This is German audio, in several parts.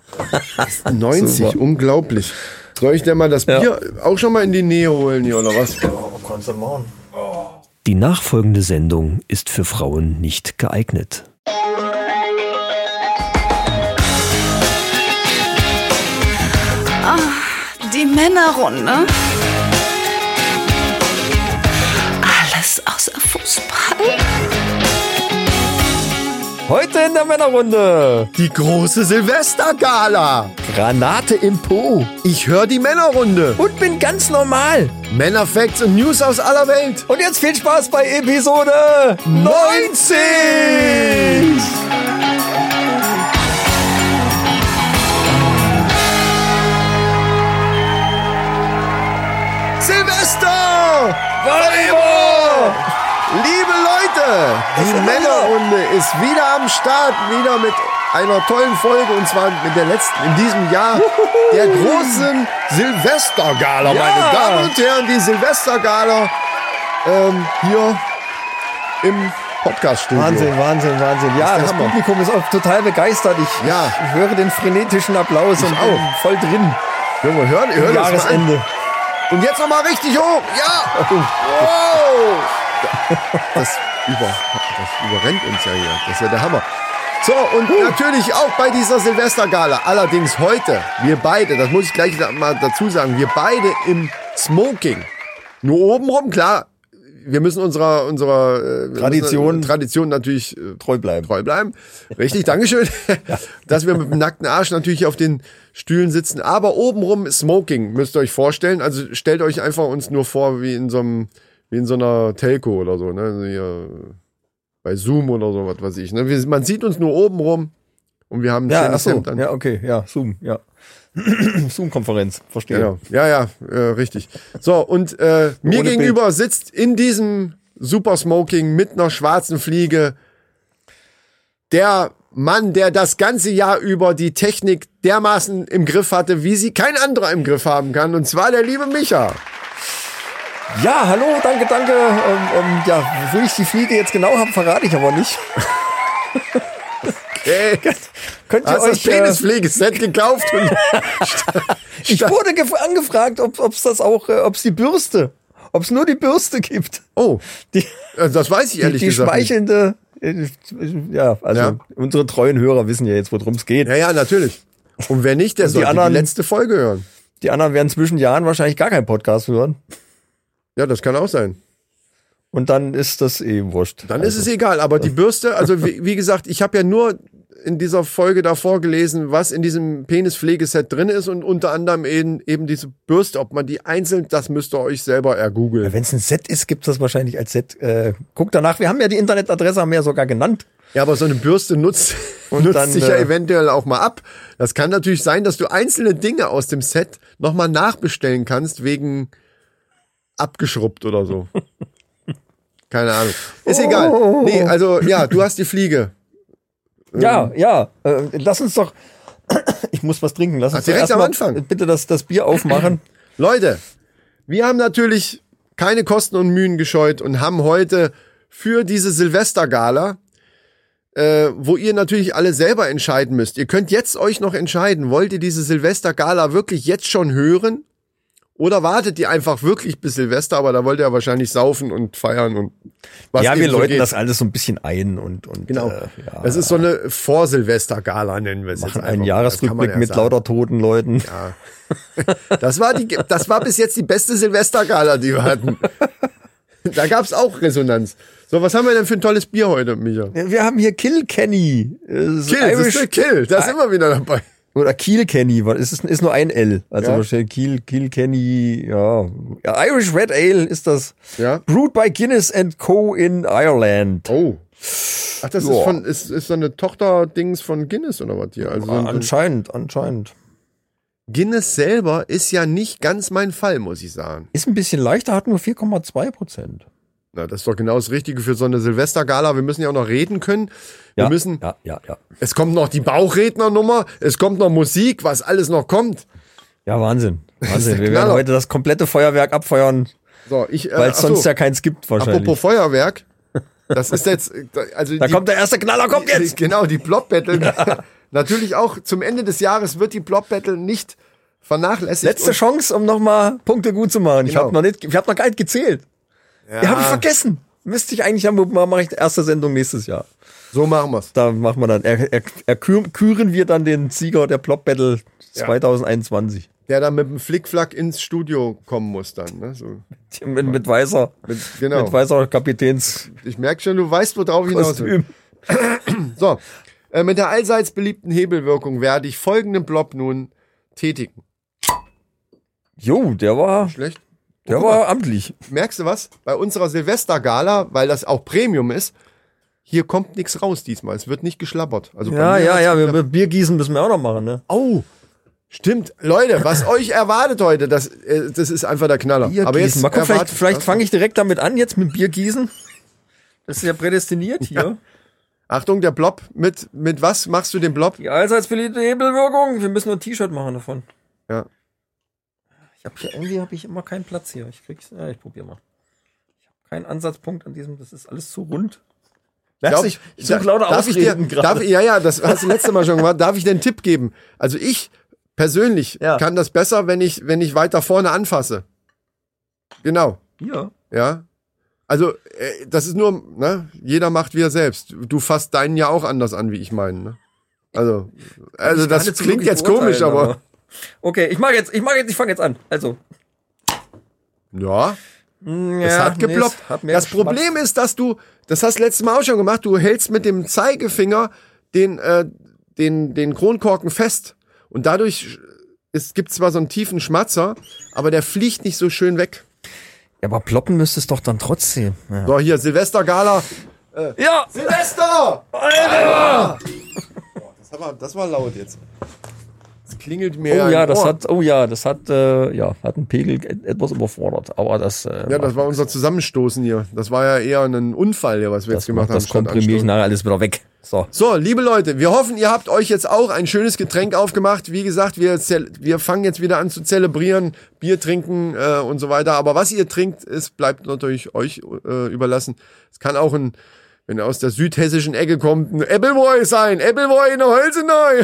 90, super. Unglaublich. Soll ich denn mal das Bier auch schon mal in die Nähe holen hier, oder was? Kannst du machen. Die nachfolgende Sendung ist für Frauen nicht geeignet. Die Männerrunde. Alles außer Fußball. Heute in der Männerrunde. Die große Silvestergala. Granate im Po. Ich höre die Männerrunde. Und bin ganz normal. Männerfacts und News aus aller Welt. Und jetzt viel Spaß bei Episode 90. Silvester! Viva! Liebe Leute, die Männerrunde ist wieder am Start, wieder mit einer tollen Folge, und zwar mit der letzten in diesem Jahr, der großen Silvestergala, meine Damen und Herren, die Silvestergala hier im Podcaststudio. Wahnsinn. Ja, das Publikum ist auch total begeistert. Ich höre den frenetischen Applaus und bin voll drin. Junge, hör das Jahresende. Mal an. Und jetzt nochmal richtig hoch. Ja. Wow. Das überrennt uns ja hier. Das ist ja der Hammer. So, und natürlich auch bei dieser Silvestergala. Allerdings heute, wir beide, das muss ich gleich mal dazu sagen, wir beide im Smoking. Nur obenrum, klar, wir müssen unserer Tradition natürlich treu bleiben. Richtig, Dankeschön. Dass wir mit dem nackten Arsch natürlich auf den Stühlen sitzen. Aber obenrum Smoking, müsst ihr euch vorstellen. Also stellt euch einfach uns nur vor, wie in so einer Telco oder so, ne? Also hier bei Zoom oder so, was weiß ich. Ne? Man sieht uns nur oben rum und wir haben ein schönes Hemd an. Ja, okay, Zoom, ja. Zoom-Konferenz, verstehe. Genau. Ja, richtig. So, und mir gegenüber Bild sitzt in diesem Super Smoking mit einer schwarzen Fliege der Mann, der das ganze Jahr über die Technik dermaßen im Griff hatte, wie sie kein anderer im Griff haben kann, und zwar der liebe Micha. Ja, hallo, danke. Wo ich die Fliege jetzt genau habe, verrate ich aber nicht. Okay. Könnt ihr Hast euch das Penispflegeset gekauft? Und ich wurde angefragt, ob es nur die Bürste gibt. Oh, das weiß ich ehrlich gesagt nicht. Die schmeichelnde, unsere treuen Hörer wissen ja jetzt, worum es geht. Ja, natürlich. Und wer nicht, der sollte die letzte Folge hören. Die anderen werden zwischen Jahren wahrscheinlich gar keinen Podcast hören. Ja, das kann auch sein. Und dann ist das wurscht. Dann ist es egal, aber die Bürste, also wie gesagt, ich habe ja nur in dieser Folge davor gelesen, was in diesem Penispflegeset drin ist, und unter anderem eben diese Bürste. Ob man die einzeln, das müsst ihr euch selber ergoogeln. Wenn es ein Set ist, gibt es das wahrscheinlich als Set. Guckt danach, wir haben ja die Internetadresse, haben wir ja sogar genannt. Ja, aber so eine Bürste nutzt sich ja eventuell auch mal ab. Das kann natürlich sein, dass du einzelne Dinge aus dem Set nochmal nachbestellen kannst, wegen abgeschrubbt oder so. Keine Ahnung. Ist egal. Nee, also du hast die Fliege. Ja. Lass uns doch. Ich muss was trinken. Lass uns direkt am Anfang. Bitte das Bier aufmachen. Leute, wir haben natürlich keine Kosten und Mühen gescheut und haben heute für diese Silvestergala, wo ihr natürlich alle selber entscheiden müsst. Ihr könnt jetzt euch noch entscheiden, wollt ihr diese Silvestergala wirklich jetzt schon hören? Oder wartet ihr einfach wirklich bis Silvester, aber da wollt ihr ja wahrscheinlich saufen und feiern und was. Ja, wir läuten das alles so ein bisschen ein und genau. Das ist so eine Vor-Silvester-Gala, nennen wir es jetzt. Machen einen Jahresrückblick mit lauter toten Leuten. Ja. Das war bis jetzt die beste Silvestergala, die wir hatten. Da gab's auch Resonanz. So, was haben wir denn für ein tolles Bier heute, Micha? Wir haben hier Kilkenny. Kill, das ist immer wieder dabei. Oder Kilkenny, ist nur ein L. Also wahrscheinlich Kilkenny, Irish Red Ale ist das. Ja. Brewed by Guinness & Co. in Ireland. Oh. Ach, das ist so eine Tochter-Dings von Guinness oder was hier? Also anscheinend. Guinness selber ist ja nicht ganz mein Fall, muss ich sagen. Ist ein bisschen leichter, hat nur 4,2%. Na, das ist doch genau das Richtige für so eine Silvestergala. Wir müssen ja auch noch reden können. Wir müssen. Ja. Es kommt noch die Bauchrednernummer, es kommt noch Musik, was alles noch kommt. Ja, Wahnsinn. Wir werden heute das komplette Feuerwerk abfeuern, so, weil es sonst ja keins gibt wahrscheinlich. Apropos Feuerwerk. Das ist jetzt, also da kommt der erste Knaller, kommt jetzt! Genau, die Plop-Battle. Ja. Natürlich auch zum Ende des Jahres wird die Plop-Battle nicht vernachlässigt. Letzte Chance, um nochmal Punkte gut zu machen. Genau. Ich hab noch gar nicht gezählt. Ja, habe ich vergessen. Müsste ich eigentlich haben, mache ich die erste Sendung nächstes Jahr. So machen wir's. Da machen wir dann, küren wir dann den Sieger der Plop-Battle 2021. Der dann mit dem Flickflack ins Studio kommen muss dann. Ne? So. Mit weißer Kapitäns. Ich merke schon, du weißt, worauf ich hinaus will. So, mit der allseits beliebten Hebelwirkung werde ich folgenden Blob nun tätigen. Jo, der war schlecht. Der war amtlich. Merkst du was? Bei unserer Silvestergala, weil das auch Premium ist, hier kommt nichts raus diesmal. Es wird nicht geschlabbert. Also ja. Biergießen müssen wir auch noch machen, ne? Oh, stimmt. Leute, was euch erwartet heute, das ist einfach der Knaller. Aber jetzt mal gucken, vielleicht fange ich direkt damit an, jetzt mit Biergießen. Das ist ja prädestiniert hier. Ja. Achtung, der Blob. Mit was machst du den Blob? Die allseits beliebte Hebelwirkung. Wir müssen nur ein T-Shirt machen davon. Ja. Irgendwie habe ich immer keinen Platz hier. Ich probiere mal. Ich habe keinen Ansatzpunkt an diesem. Das ist alles zu rund. Ich suche lauter Ausreden gerade. Das hast du letzte Mal schon gemacht. Darf ich dir einen Tipp geben? Also ich persönlich kann das besser, wenn ich weiter vorne anfasse. Genau. Ja. Also das ist nur, ne? Jeder macht wie er selbst. Du fasst deinen ja auch anders an, wie ich meinen. Ne? Also das klingt jetzt komisch, aber okay, ich fange jetzt an. Also. Ja. Es hat geploppt. Das Problem ist, dass du, das hast du letztes Mal auch schon gemacht, du hältst mit dem Zeigefinger den Kronkorken fest. Und dadurch gibt es zwar so einen tiefen Schmatzer, aber der fliegt nicht so schön weg. Ja, aber ploppen müsste es doch dann trotzdem. Ja. So, hier, Silvestergala. Ja! Silvester! Alter! Das war laut jetzt. Das klingelt mir. Das hat einen Pegel etwas überfordert. Aber das. Das war unser Zusammenstoßen hier. Das war ja eher ein Unfall, was wir jetzt gemacht haben. Das komprimiere ich nachher alles wieder weg. So, liebe Leute, wir hoffen, ihr habt euch jetzt auch ein schönes Getränk aufgemacht. Wie gesagt, wir fangen jetzt wieder an zu zelebrieren, Bier trinken und so weiter. Aber was ihr trinkt, bleibt natürlich euch überlassen. Es kann auch wenn er aus der südhessischen Ecke kommt, ein Appleboy sein. Appleboy in der Holzenau.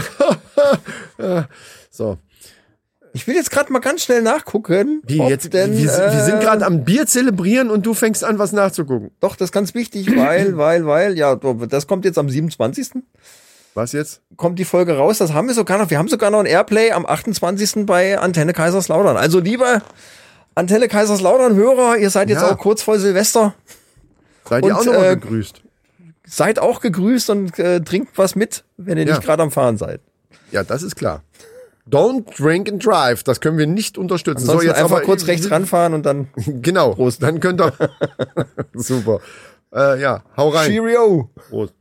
So. Ich will jetzt gerade mal ganz schnell nachgucken. Wir sind gerade am Bier zelebrieren und du fängst an, was nachzugucken. Doch, das ist ganz wichtig, weil, das kommt jetzt am 27. Was jetzt? Kommt die Folge raus, das haben wir sogar noch. Wir haben sogar noch ein Airplay am 28. bei Antenne Kaiserslautern. Also, liebe Antenne Kaiserslautern-Hörer, ihr seid jetzt auch kurz vor Silvester. Seid ihr auch noch mal gegrüßt? Seid auch gegrüßt und trinkt was mit, wenn ihr nicht gerade am Fahren seid. Ja, das ist klar. Don't drink and drive. Das können wir nicht unterstützen. So, jetzt einfach kurz rechts ranfahren und dann. Genau. Prost. Dann könnt ihr. Super. Hau rein. Cheerio. Prost.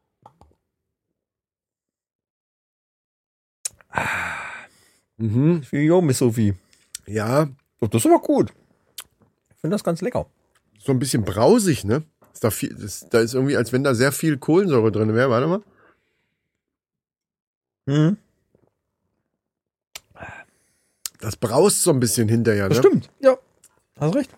Cheerio, Miss Sophie. Ja. Das ist aber gut. Ich finde das ganz lecker. So ein bisschen brausig, ne? Da ist irgendwie, als wenn da sehr viel Kohlensäure drin wäre. Warte mal. Mhm. Das braust so ein bisschen hinterher, ne? Das stimmt, ja. Hast recht.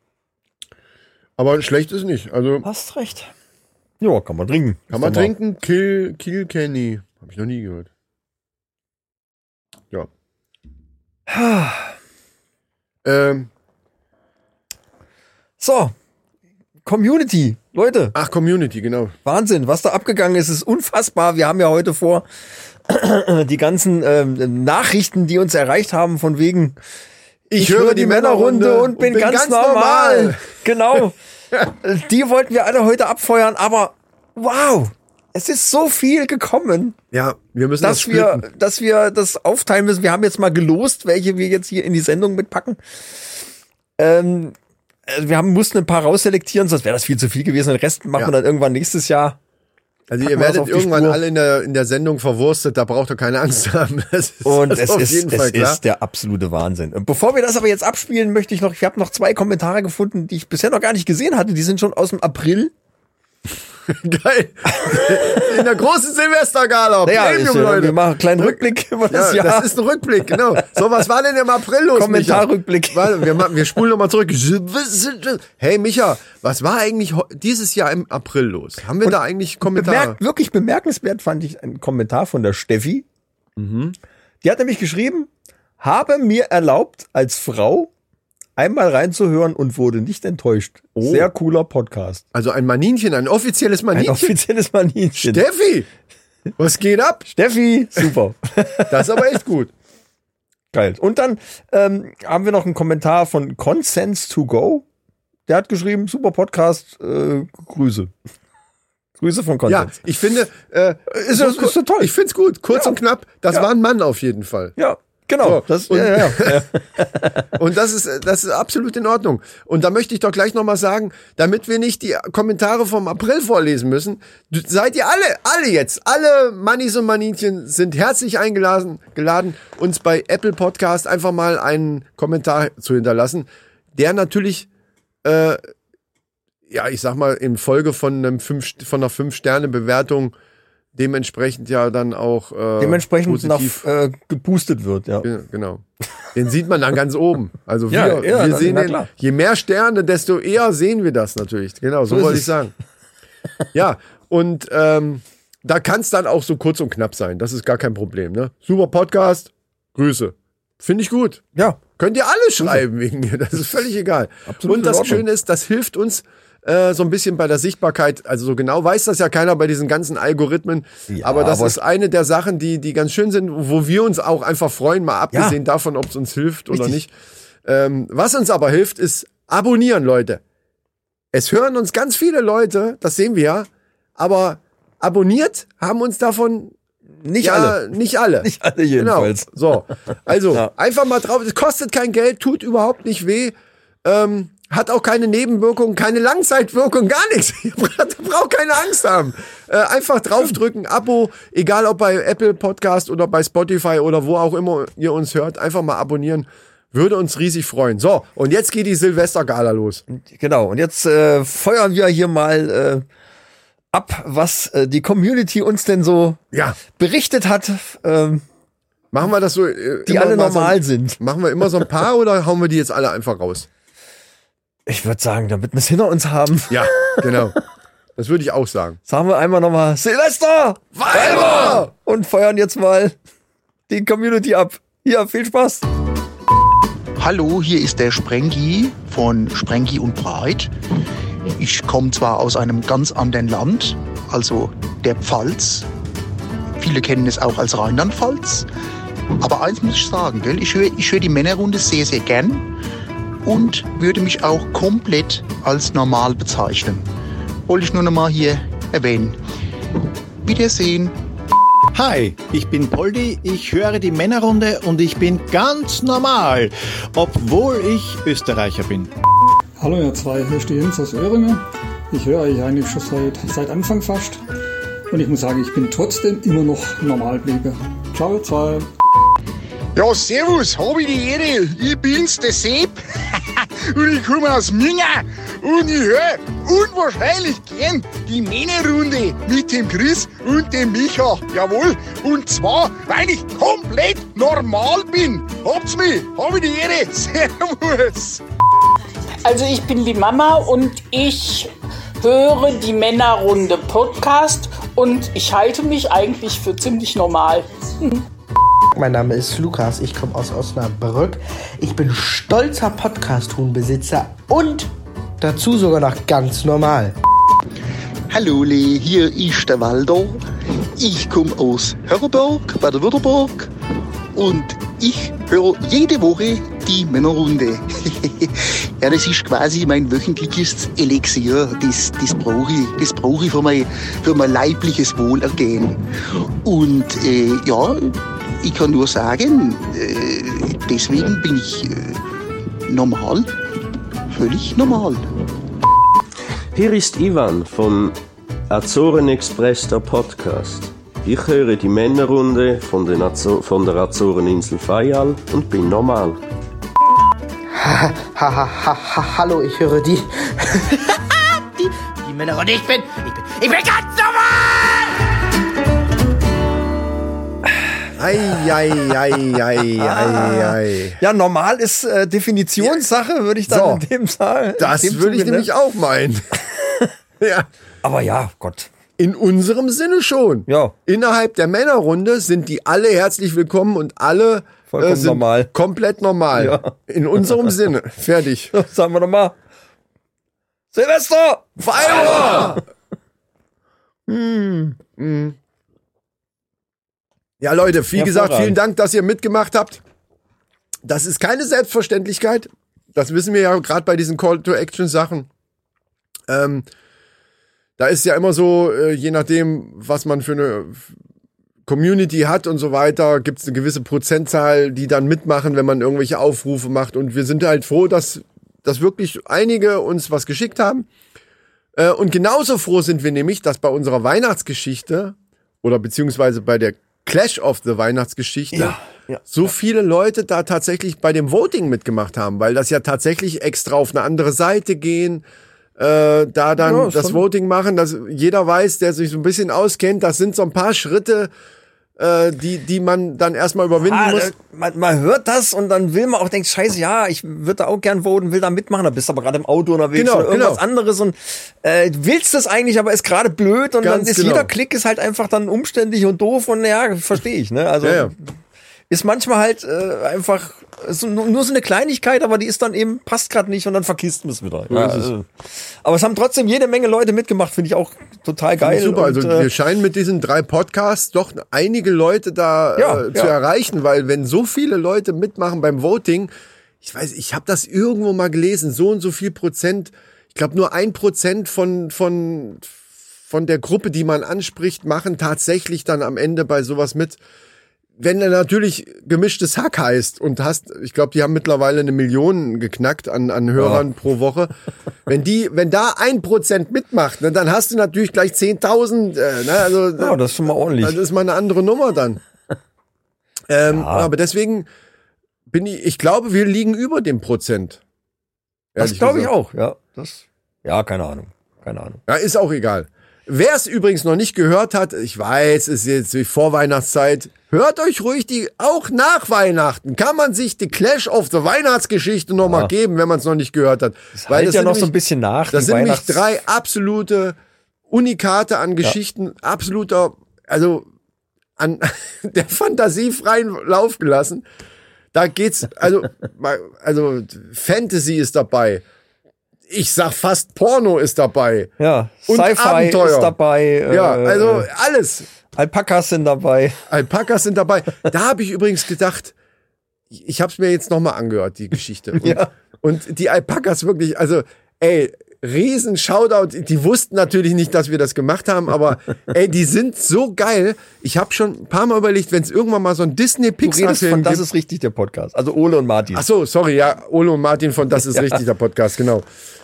Aber schlecht ist nicht. Also hast recht. Ja, kann man trinken. Kann man trinken. Kilkenny. Hab ich noch nie gehört. Ja. So. Community. Leute. Ach, Community, genau. Wahnsinn, was da abgegangen ist, ist unfassbar. Wir haben ja heute vor, die ganzen Nachrichten, die uns erreicht haben, von wegen, ich höre die Männerrunde und bin ganz normal. Genau. Die wollten wir alle heute abfeuern, aber wow, es ist so viel gekommen. Ja, wir müssen dass wir das aufteilen müssen. Wir haben jetzt mal gelost, welche wir jetzt hier in die Sendung mitpacken. Wir mussten ein paar rausselektieren, sonst wäre das viel zu viel gewesen. Den Rest machen wir dann irgendwann nächstes Jahr. Also ihr werdet irgendwann alle in der Sendung verwurstet, da braucht ihr keine Angst haben. Es ist der absolute Wahnsinn. Und bevor wir das aber jetzt abspielen, ich habe noch 2 Kommentare gefunden, die ich bisher noch gar nicht gesehen hatte. Die sind schon aus dem April. Geil. In der großen Silvestergala. Naja, Premium, Leute. Wir machen einen kleinen Rückblick über das Jahr. Das ist ein Rückblick, genau. So, was war denn im April los, Kommentarrückblick. Micha? Wir spulen nochmal zurück. Hey, Micha, was war eigentlich dieses Jahr im April los? Haben wir da eigentlich Kommentare? Wirklich bemerkenswert fand ich einen Kommentar von der Steffi. Die hat nämlich geschrieben, habe mir erlaubt, als Frau einmal reinzuhören und wurde nicht enttäuscht. Oh. Sehr cooler Podcast. Also ein Maninchen, ein offizielles Maninchen? Ein offizielles Maninchen. Steffi, was geht ab? Steffi, super. Das ist aber echt gut. Geil. Und dann haben wir noch einen Kommentar von Consens to Go. Der hat geschrieben, super Podcast, Grüße. Grüße von Consens. Ja, ich finde, ist so toll. Ich finde es gut, kurz und knapp. Das war ein Mann auf jeden Fall. Ja. Genau. So, und das ist absolut in Ordnung. Und da möchte ich doch gleich nochmal sagen, damit wir nicht die Kommentare vom April vorlesen müssen, seid ihr alle Mannis und Maninchen sind herzlich eingeladen, uns bei Apple Podcast einfach mal einen Kommentar zu hinterlassen, der natürlich, ich sag mal, in Folge von einer 5-Sterne-Bewertung dementsprechend ja dann auch dementsprechend geboostet wird, ja. Genau. Den sieht man dann ganz oben. Also wir dann, sehen den, je mehr Sterne, desto eher sehen wir das natürlich. Genau, so wollte ich sagen. Ja, und da kann es dann auch so kurz und knapp sein. Das ist gar kein Problem. Ne? Super Podcast, Grüße. Finde ich gut. Ja. Könnt ihr alle schreiben wegen mir, das ist völlig egal. Absolut. Und das Schöne ist, das hilft uns so ein bisschen bei der Sichtbarkeit, also so genau weiß das ja keiner bei diesen ganzen Algorithmen, aber das ist eine der Sachen, die ganz schön sind, wo wir uns auch einfach freuen, mal abgesehen davon, ob es uns hilft oder nicht. Was uns aber hilft, ist abonnieren, Leute. Es hören uns ganz viele Leute, das sehen wir ja, aber abonniert haben uns davon nicht alle. Nicht alle jedenfalls. Genau. So, also einfach mal drauf, es kostet kein Geld, tut überhaupt nicht weh, hat auch keine Nebenwirkungen, keine Langzeitwirkung, gar nichts. Ihr braucht keine Angst haben. Einfach draufdrücken, Abo, egal ob bei Apple Podcast oder bei Spotify oder wo auch immer ihr uns hört, einfach mal abonnieren. Würde uns riesig freuen. So, und jetzt geht die Silvestergala los. Genau, und jetzt feuern wir hier mal ab, was die Community uns denn so berichtet hat. Machen wir das so? Die alle normal sind. Machen wir immer so ein paar oder hauen wir die jetzt alle einfach raus? Ich würde sagen, damit wir es hinter uns haben. Ja, genau. Das würde ich auch sagen. Sagen wir einmal nochmal Silvester! Weiber! Und feuern jetzt mal die Community ab. Hier, viel Spaß! Hallo, hier ist der Sprengi von Sprengi und Breit. Ich komme zwar aus einem ganz anderen Land, also der Pfalz. Viele kennen es auch als Rheinland-Pfalz. Aber eins muss ich sagen, gell? Ich höre die Männerrunde sehr, sehr gern. Und würde mich auch komplett als normal bezeichnen. Wollte ich nur noch mal hier erwähnen. Wiedersehen. Hi, ich bin Poldi, ich höre die Männerrunde und ich bin ganz normal, obwohl ich Österreicher bin. Hallo ihr zwei, hier ist die Jens aus Öhringen. Ich höre euch eigentlich schon seit Anfang fast. Und ich muss sagen, ich bin trotzdem immer noch normal geblieben. Ciao ihr zwei. Ja, servus, hab ich die Ehre. Ich bin's, der Sepp. Und ich komme aus Minga. Und ich höre unwahrscheinlich gern die Männerrunde mit dem Chris und dem Micha. Jawohl. Und zwar, weil ich komplett normal bin. Habt's mich. Hab ich die Ehre. Servus. Also ich bin die Mama und ich höre die Männerrunde Podcast und ich halte mich eigentlich für ziemlich normal. Mein Name ist Lukas, ich komme aus Osnabrück. Ich bin stolzer Podcast-Huhnbesitzer und dazu sogar noch ganz normal. Hallo, hier ist der Waldo. Ich komme aus Hörberg, bei der Württemberg. Und ich höre jede Woche die Männerrunde. Ja, das ist quasi mein wöchentliches Elixier. Das brauche ich für mein leibliches Wohlergehen. Und ich kann nur sagen, deswegen bin ich normal, völlig normal. Hier ist Ivan vom Azoren Express, der Podcast. Ich höre die Männerrunde von der Azoreninsel Fayal und bin normal. Hallo, ich höre die Männerrunde. Ich bin Ich bin ganz normal! Ei. Ja, normal ist Definitionssache, würde ich dann in dem Saal. Das würde ich nämlich auch meinen. Ja. Aber ja, Gott. In unserem Sinne schon. Ja. Innerhalb der Männerrunde sind die alle herzlich willkommen und alle sind normal. Komplett normal. Ja. In unserem Sinne. Fertig. Sagen wir doch mal. Silvester! Feuer! Ja, Leute, wie gesagt, vielen Dank, dass ihr mitgemacht habt. Das ist keine Selbstverständlichkeit. Das wissen wir ja gerade bei diesen Call-to-Action-Sachen. Da ist ja immer so, je nachdem, was man für eine Community hat und so weiter, gibt es eine gewisse Prozentzahl, die dann mitmachen, wenn man irgendwelche Aufrufe macht. Und wir sind halt froh, dass wirklich einige uns was geschickt haben. Und genauso froh sind wir nämlich, dass bei unserer Weihnachtsgeschichte oder beziehungsweise bei der Clash of the Weihnachtsgeschichte so viele Leute da tatsächlich bei dem Voting mitgemacht haben, weil das ja tatsächlich extra auf eine andere Seite gehen, da dann das Voting machen, dass jeder weiß, der sich so ein bisschen auskennt, das sind so ein paar Schritte, die man dann erstmal überwinden muss. Man hört das und dann will man auch denken, scheiße, ja, ich würde da auch gern voten, will da mitmachen, da bist du aber gerade im Auto unterwegs oder irgendwas anderes und willst das eigentlich, aber ist gerade blöd und dann ist jeder Klick ist halt einfach dann umständlich und doof und ja, verstehe ich, ne? Also ist manchmal halt einfach nur so eine Kleinigkeit, aber die ist dann eben, passt gerade nicht und dann vergisst man es wieder. Ja, aber es haben trotzdem jede Menge Leute mitgemacht, finde ich auch total geil. Super, also wir scheinen mit diesen 3 Podcasts doch einige Leute da zu erreichen, weil wenn so viele Leute mitmachen beim Voting, ich habe das irgendwo mal gelesen, so und so viel Prozent, ich glaube nur 1% von der Gruppe, die man anspricht, machen tatsächlich dann am Ende bei sowas mit. Wenn er natürlich gemischtes Hack heißt und ich glaube, die haben mittlerweile 1 Million geknackt an Hörern pro Woche. Wenn da 1% mitmacht, ne, dann hast du natürlich gleich 10.000. Also das ist schon mal ordentlich. Das ist mal eine andere Nummer dann. Aber deswegen ich glaube, wir liegen über dem Prozent. Das glaube ich auch, ja. Keine Ahnung. Ja, ist auch egal. Wer es übrigens noch nicht gehört hat, ich weiß, es ist jetzt die Vorweihnachtszeit, hört euch ruhig auch nach Weihnachten, kann man sich die Clash of the Weihnachtsgeschichte noch mal geben, wenn man es noch nicht gehört hat. Weil das ja noch so ein bisschen nach. Das sind nämlich 3 absolute Unikate an Geschichten, absoluter, also an der Fantasie freien Lauf gelassen. Da geht's, also Fantasy ist dabei. Ich sag fast Porno ist dabei. Ja, und Sci-Fi Abenteuer ist dabei. Ja, also alles. Alpakas sind dabei. Da habe ich übrigens gedacht, ich habe es mir jetzt nochmal angehört, die Geschichte. Und die Alpakas wirklich, also riesen Shoutout. Die wussten natürlich nicht, dass wir das gemacht haben, aber die sind so geil. Ich habe schon ein paar Mal überlegt, wenn es irgendwann mal so ein Disney-Pixar-Film gibt. Das ist richtig, der Podcast. Also Ole und Martin. Ach so, sorry, ja, Ole und Martin von Das ist richtig, der Podcast, genau.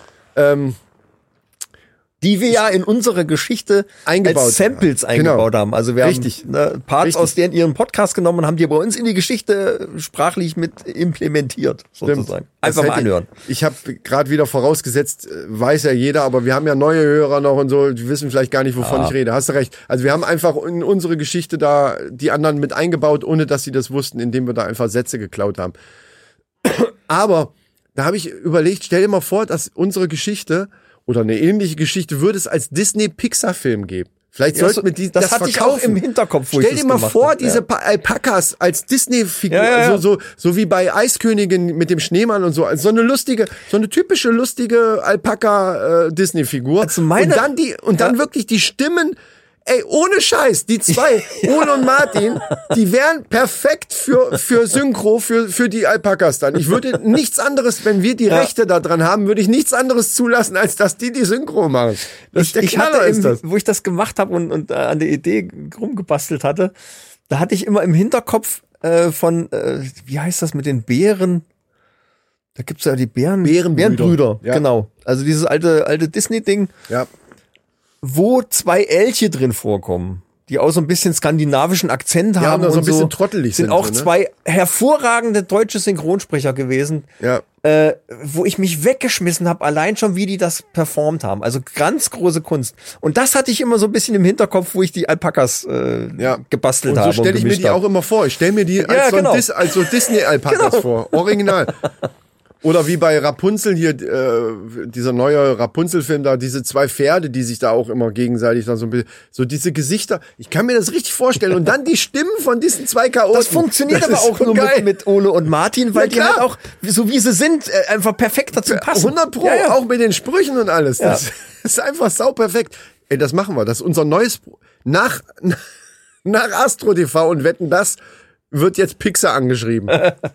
Die wir ja in unsere Geschichte als Samples eingebaut haben. Also wir haben Parts aus ihren Podcast genommen und haben die bei uns in die Geschichte sprachlich mit implementiert, sozusagen. Einfach mal anhören. Ich habe gerade wieder vorausgesetzt, weiß ja jeder, aber wir haben ja neue Hörer noch und so, die wissen vielleicht gar nicht, wovon ich rede. Hast du recht. Also wir haben einfach in unsere Geschichte da die anderen mit eingebaut, ohne dass sie das wussten, indem wir da einfach Sätze geklaut haben. Aber da habe ich überlegt, stell dir mal vor, dass unsere Geschichte oder eine ähnliche Geschichte würde es als Disney-Pixar-Film geben. Vielleicht sollten wir das hatte verkaufen. Ich auch im Hinterkopf, wo Stell dir mal vor, diese Alpakas als Disney-Figur, so wie bei Eiskönigin mit dem Schneemann und so, so eine typische lustige Alpaka-Disney-Figur. Also und dann wirklich die Stimmen. Ohne Scheiß, die 2, Ole und Martin, die wären perfekt für Synchro, für die Alpakas dann. Ich würde nichts anderes, wenn wir die Rechte da dran haben, würde ich nichts anderes zulassen, als dass die Synchro machen. Wo ich das gemacht habe und an der Idee rumgebastelt hatte, da hatte ich immer im Hinterkopf wie heißt das mit den Bären? Da gibt's ja die Bärenbrüder. Ja. Genau. Also dieses alte Disney-Ding. Ja. Wo 2 Elche drin vorkommen. die auch so ein bisschen skandinavischen Akzent haben und und so ein bisschen trottelig sind auch so, ne? zwei hervorragende deutsche Synchronsprecher gewesen, wo ich mich weggeschmissen habe, allein schon, wie die das performt haben. Also ganz große Kunst. Und das hatte ich immer so ein bisschen im Hinterkopf, wo ich die Alpakas gebastelt habe. Und so stelle ich mir die auch immer vor. Ich stelle mir die als so Disney-Alpakas vor. Original. Oder wie bei Rapunzel hier, dieser neue Rapunzel-Film da, diese zwei Pferde, die sich da auch immer gegenseitig dann so diese Gesichter. Ich kann mir das richtig vorstellen. Und dann die Stimmen von diesen zwei Chaoten. Das funktioniert aber auch nur mit Ole und Martin, weil die halt auch, so wie sie sind, einfach perfekt dazu passen. 100%, auch mit den Sprüchen und alles. Das ist einfach sauperfekt. Ey, das machen wir. Das ist unser neues, nach Astro TV und Wetten, das wird jetzt Pixar angeschrieben.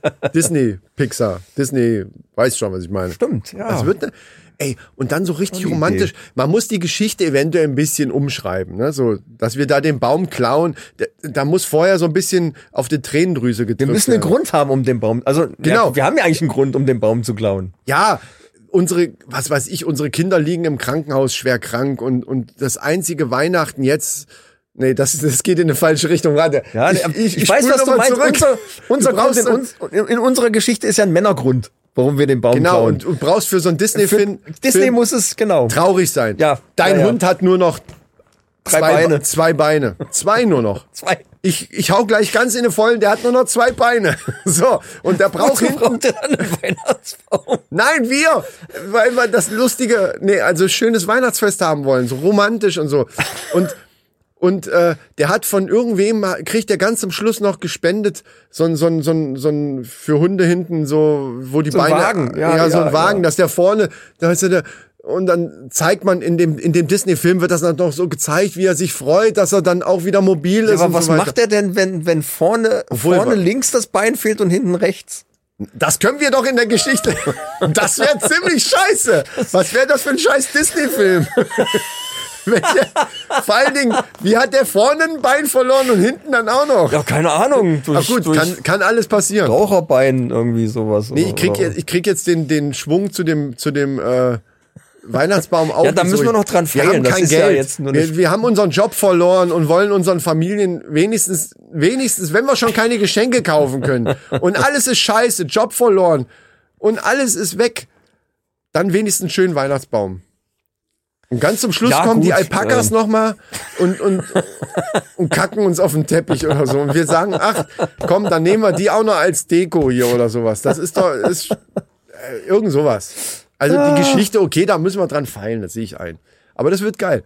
Pixar. Disney weiß schon, was ich meine. Stimmt, ja. Das wird und dann so richtig romantisch. Man muss die Geschichte eventuell ein bisschen umschreiben, ne? So, dass wir da den Baum klauen. Da muss vorher so ein bisschen auf die Tränendrüse gedrückt werden. Wir müssen einen Grund haben, um den Baum, also, genau. Wir haben ja eigentlich einen Grund, um den Baum zu klauen. Ja, unsere Kinder liegen im Krankenhaus schwer krank und das einzige Weihnachten jetzt. Nee, das geht in eine falsche Richtung. Warte. Ja, ich weiß, was du meinst. Unser Grund in unserer Geschichte ist ja ein Männergrund, warum wir den Baum klauen. Genau, und brauchst für so einen Disney-Film. Disney muss es, genau. Traurig sein. Ja. Dein Hund hat nur noch zwei Beine. Zwei nur noch. Ich hau gleich ganz in den Vollen, der hat nur noch 2 Beine. So, und der braucht hinten... braucht der dann einen Weihnachtsbaum? Nein, weil wir das also schönes Weihnachtsfest haben wollen, so romantisch und so. Und der hat von irgendwem, kriegt der ganz zum Schluss noch gespendet, so ein für Hunde hinten, so, wo die Beine. Wagen. So ein Wagen, dass der vorne, da ist und dann zeigt man in dem Disney-Film wird das dann noch so gezeigt, wie er sich freut, dass er dann auch wieder mobil ist. Aber was macht er denn, wenn vorne links das Bein fehlt und hinten rechts? Das können wir doch in der Geschichte. Das wäre ziemlich scheiße. Was wäre das für ein scheiß Disney-Film? Vor allen Dingen, wie hat der vorne ein Bein verloren und hinten dann auch noch? Ja, keine Ahnung. Kann alles passieren. Raucherbein, irgendwie sowas. Nee, ich krieg jetzt den Schwung zu dem Weihnachtsbaum auch. Ja, da müssen wir noch dran feilen. Wir haben kein Geld. Ja jetzt nur wir haben unseren Job verloren und wollen unseren Familien wenigstens, wenn wir schon keine Geschenke kaufen können und alles ist scheiße, Job verloren und alles ist weg, dann wenigstens einen schönen Weihnachtsbaum. Und ganz zum Schluss kommen die Alpakas nochmal und kacken uns auf den Teppich oder so. Und wir sagen, ach, komm, dann nehmen wir die auch noch als Deko hier oder sowas. Das ist doch irgend sowas. Also die Geschichte, okay, da müssen wir dran feilen, das sehe ich ein. Aber das wird geil.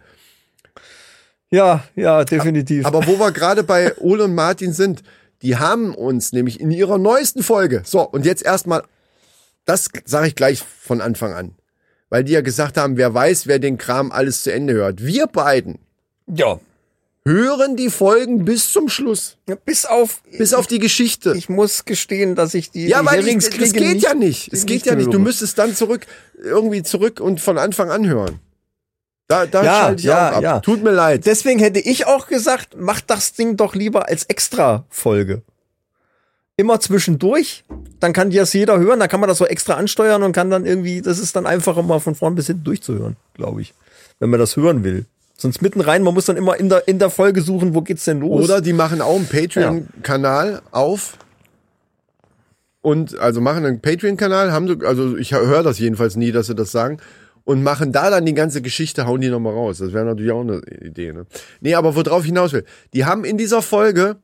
Ja, definitiv. Aber wo wir gerade bei Ole und Martin sind, die haben uns nämlich in ihrer neuesten Folge, so, und jetzt erstmal, das sage ich gleich von Anfang an. Weil die ja gesagt haben, wer weiß, wer den Kram alles zu Ende hört. Wir beiden hören die Folgen bis zum Schluss. Ja, bis auf die Geschichte. Ich muss gestehen, dass ich die weil es geht ja nicht. Es geht ja nicht. Du müsstest dann zurück und von Anfang an hören. Da schalte ich auch ab. Ja. Tut mir leid. Deswegen hätte ich auch gesagt, mach das Ding doch lieber als Extra-Folge. Immer zwischendurch, dann kann das jeder hören, dann kann man das so extra ansteuern und kann dann irgendwie, das ist dann einfacher mal von vorn bis hinten durchzuhören, glaube ich, wenn man das hören will. Sonst mitten rein, man muss dann immer in der Folge suchen, wo geht's denn los? Oder die machen auch einen Patreon-Kanal auf und also machen einen Patreon-Kanal, also ich höre das jedenfalls nie, dass sie das sagen, und machen da dann die ganze Geschichte, hauen die nochmal raus. Das wäre natürlich auch eine Idee, ne? Nee, aber worauf ich hinaus will, die haben in dieser Folge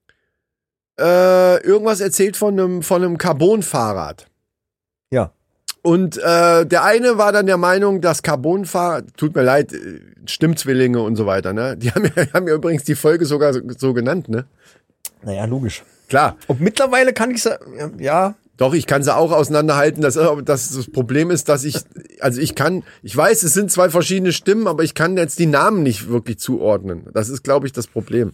irgendwas erzählt von einem Carbon-Fahrrad. Ja. Und der eine war dann der Meinung, dass Carbon-Fahrrad, tut mir leid, Stimmzwillinge und so weiter, ne? Die haben ja übrigens die Folge sogar so genannt, ne? Naja, logisch. Klar. Und mittlerweile kann ich sagen, ja. Doch, ich kann sie auch auseinanderhalten, dass das Problem ist, dass ich weiß, es sind 2 verschiedene Stimmen, aber ich kann jetzt die Namen nicht wirklich zuordnen. Das ist, glaube ich, das Problem.